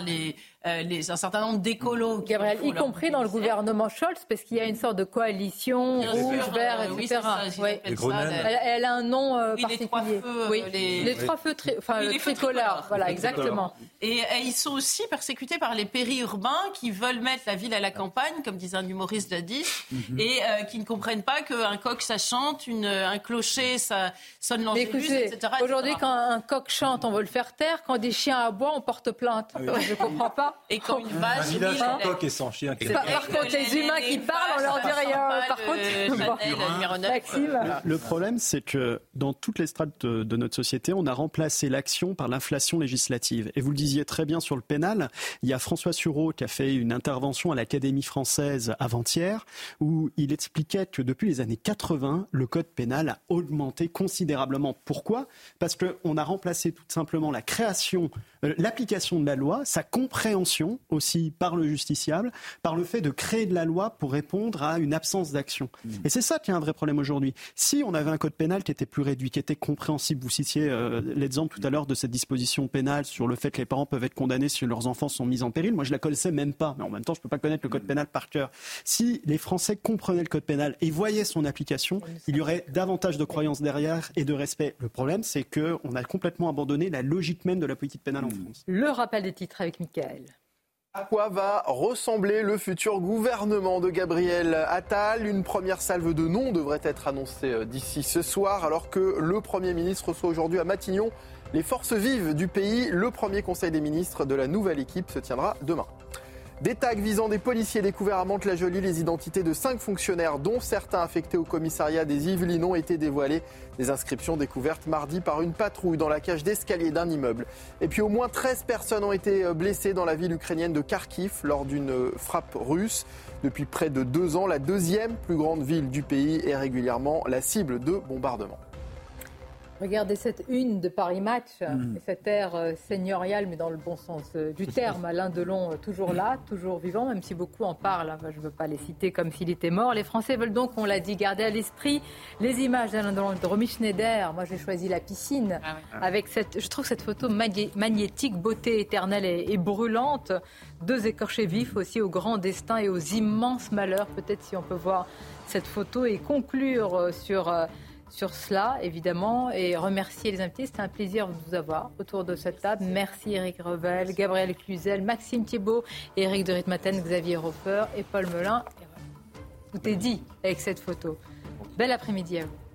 un certain nombre d'écolos. Gabriel, y compris dans le gouvernement Scholz, parce qu'il y a une sorte de coalition rouge, vert, etc. Oui, c'est ça, elle a un nom particulier. Les trois feux, le tricolore, voilà, exactement. Et ils sont aussi persécutés par les périurbains qui veulent mettre la ville à la campagne, comme disait un humoriste jadis, et qui ne comprennent pas qu'un coq, ça chante, un clocher, ça sonne l'angélus, etc. Aujourd'hui, quand un coq chante, on veut le faire taire. Quand des chiens aboient, on porte plainte. Je ne comprends pas. Et quand une vache... Un village sans coq et sans chien. Par contre, les humains qui parlent, on leur dit rien. Par contre, Maxime. Le problème, c'est que dans toutes les strates de notre société, on a remplacé l'action par l'inflation législative. Et vous le disiez très bien sur le pénal, il y a François Sureau qui a fait une intervention à l'Académie française avant-hier où il expliquait que depuis les années 80, le code pénal a augmenté considérablement. Pourquoi ? Parce qu'on a remplacé tout simplement la création, l'application de la loi, sa compréhension aussi par le justiciable, par le fait de créer de la loi pour répondre à une absence d'action. Et c'est ça qui est un vrai problème aujourd'hui. Si on avait un code pénal qui était plus réduit, qui était compréhensible, vous citiez l'exemple tout à l'heure de cette disposition pénale sur le fait que les parents peuvent être condamnés si leurs enfants sont mis en péril. Moi, je la connaissais même pas, mais en même temps, je peux pas connaître le code pénal par cœur. Si les Français comprenaient le code pénal et voyaient son application, il y aurait davantage de croyances derrière et de respect. Le problème, c'est qu'on a complètement abandonné la logique même de la politique pénale en France. Le rappel des titres avec Mickaël. À quoi va ressembler le futur gouvernement de Gabriel Attal ? Une première salve de noms devrait être annoncée d'ici ce soir, alors que le Premier ministre reçoit aujourd'hui à Matignon les forces vives du pays. Le premier conseil des ministres de la nouvelle équipe se tiendra demain. Des tags visant des policiers découverts à Mantes-la-Jolie, les identités de 5 fonctionnaires, dont certains affectés au commissariat des Yvelines, ont été dévoilées. Des inscriptions découvertes mardi par une patrouille dans la cage d'escalier d'un immeuble. Et puis au moins 13 personnes ont été blessées dans la ville ukrainienne de Kharkiv lors d'une frappe russe. Depuis près de 2 ans, la deuxième plus grande ville du pays est régulièrement la cible de bombardements. Regardez cette une de Paris Match, et cette ère seigneuriale, mais dans le bon sens du terme. Alain Delon, toujours là, toujours vivant, même si beaucoup en parlent. Je ne veux pas les citer comme s'il était mort. Les Français veulent donc, on l'a dit, garder à l'esprit les images d'Alain Delon, de Romy Schneider. Moi, j'ai choisi la piscine, avec je trouve cette photo magnétique, beauté éternelle et brûlante. 2 écorchés vifs aussi au grand destin et aux immenses malheurs. Peut-être si on peut voir cette photo et conclure sur cela, évidemment, et remercier les invités. C'était un plaisir de vous avoir autour de cette table. Merci Éric Revel, Gabriel Cluzel, Maxime Thiebaud, Éric de Ritmaten, Xavier Hofer et Paul Melun. Tout est dit avec cette photo. Bel après-midi à vous.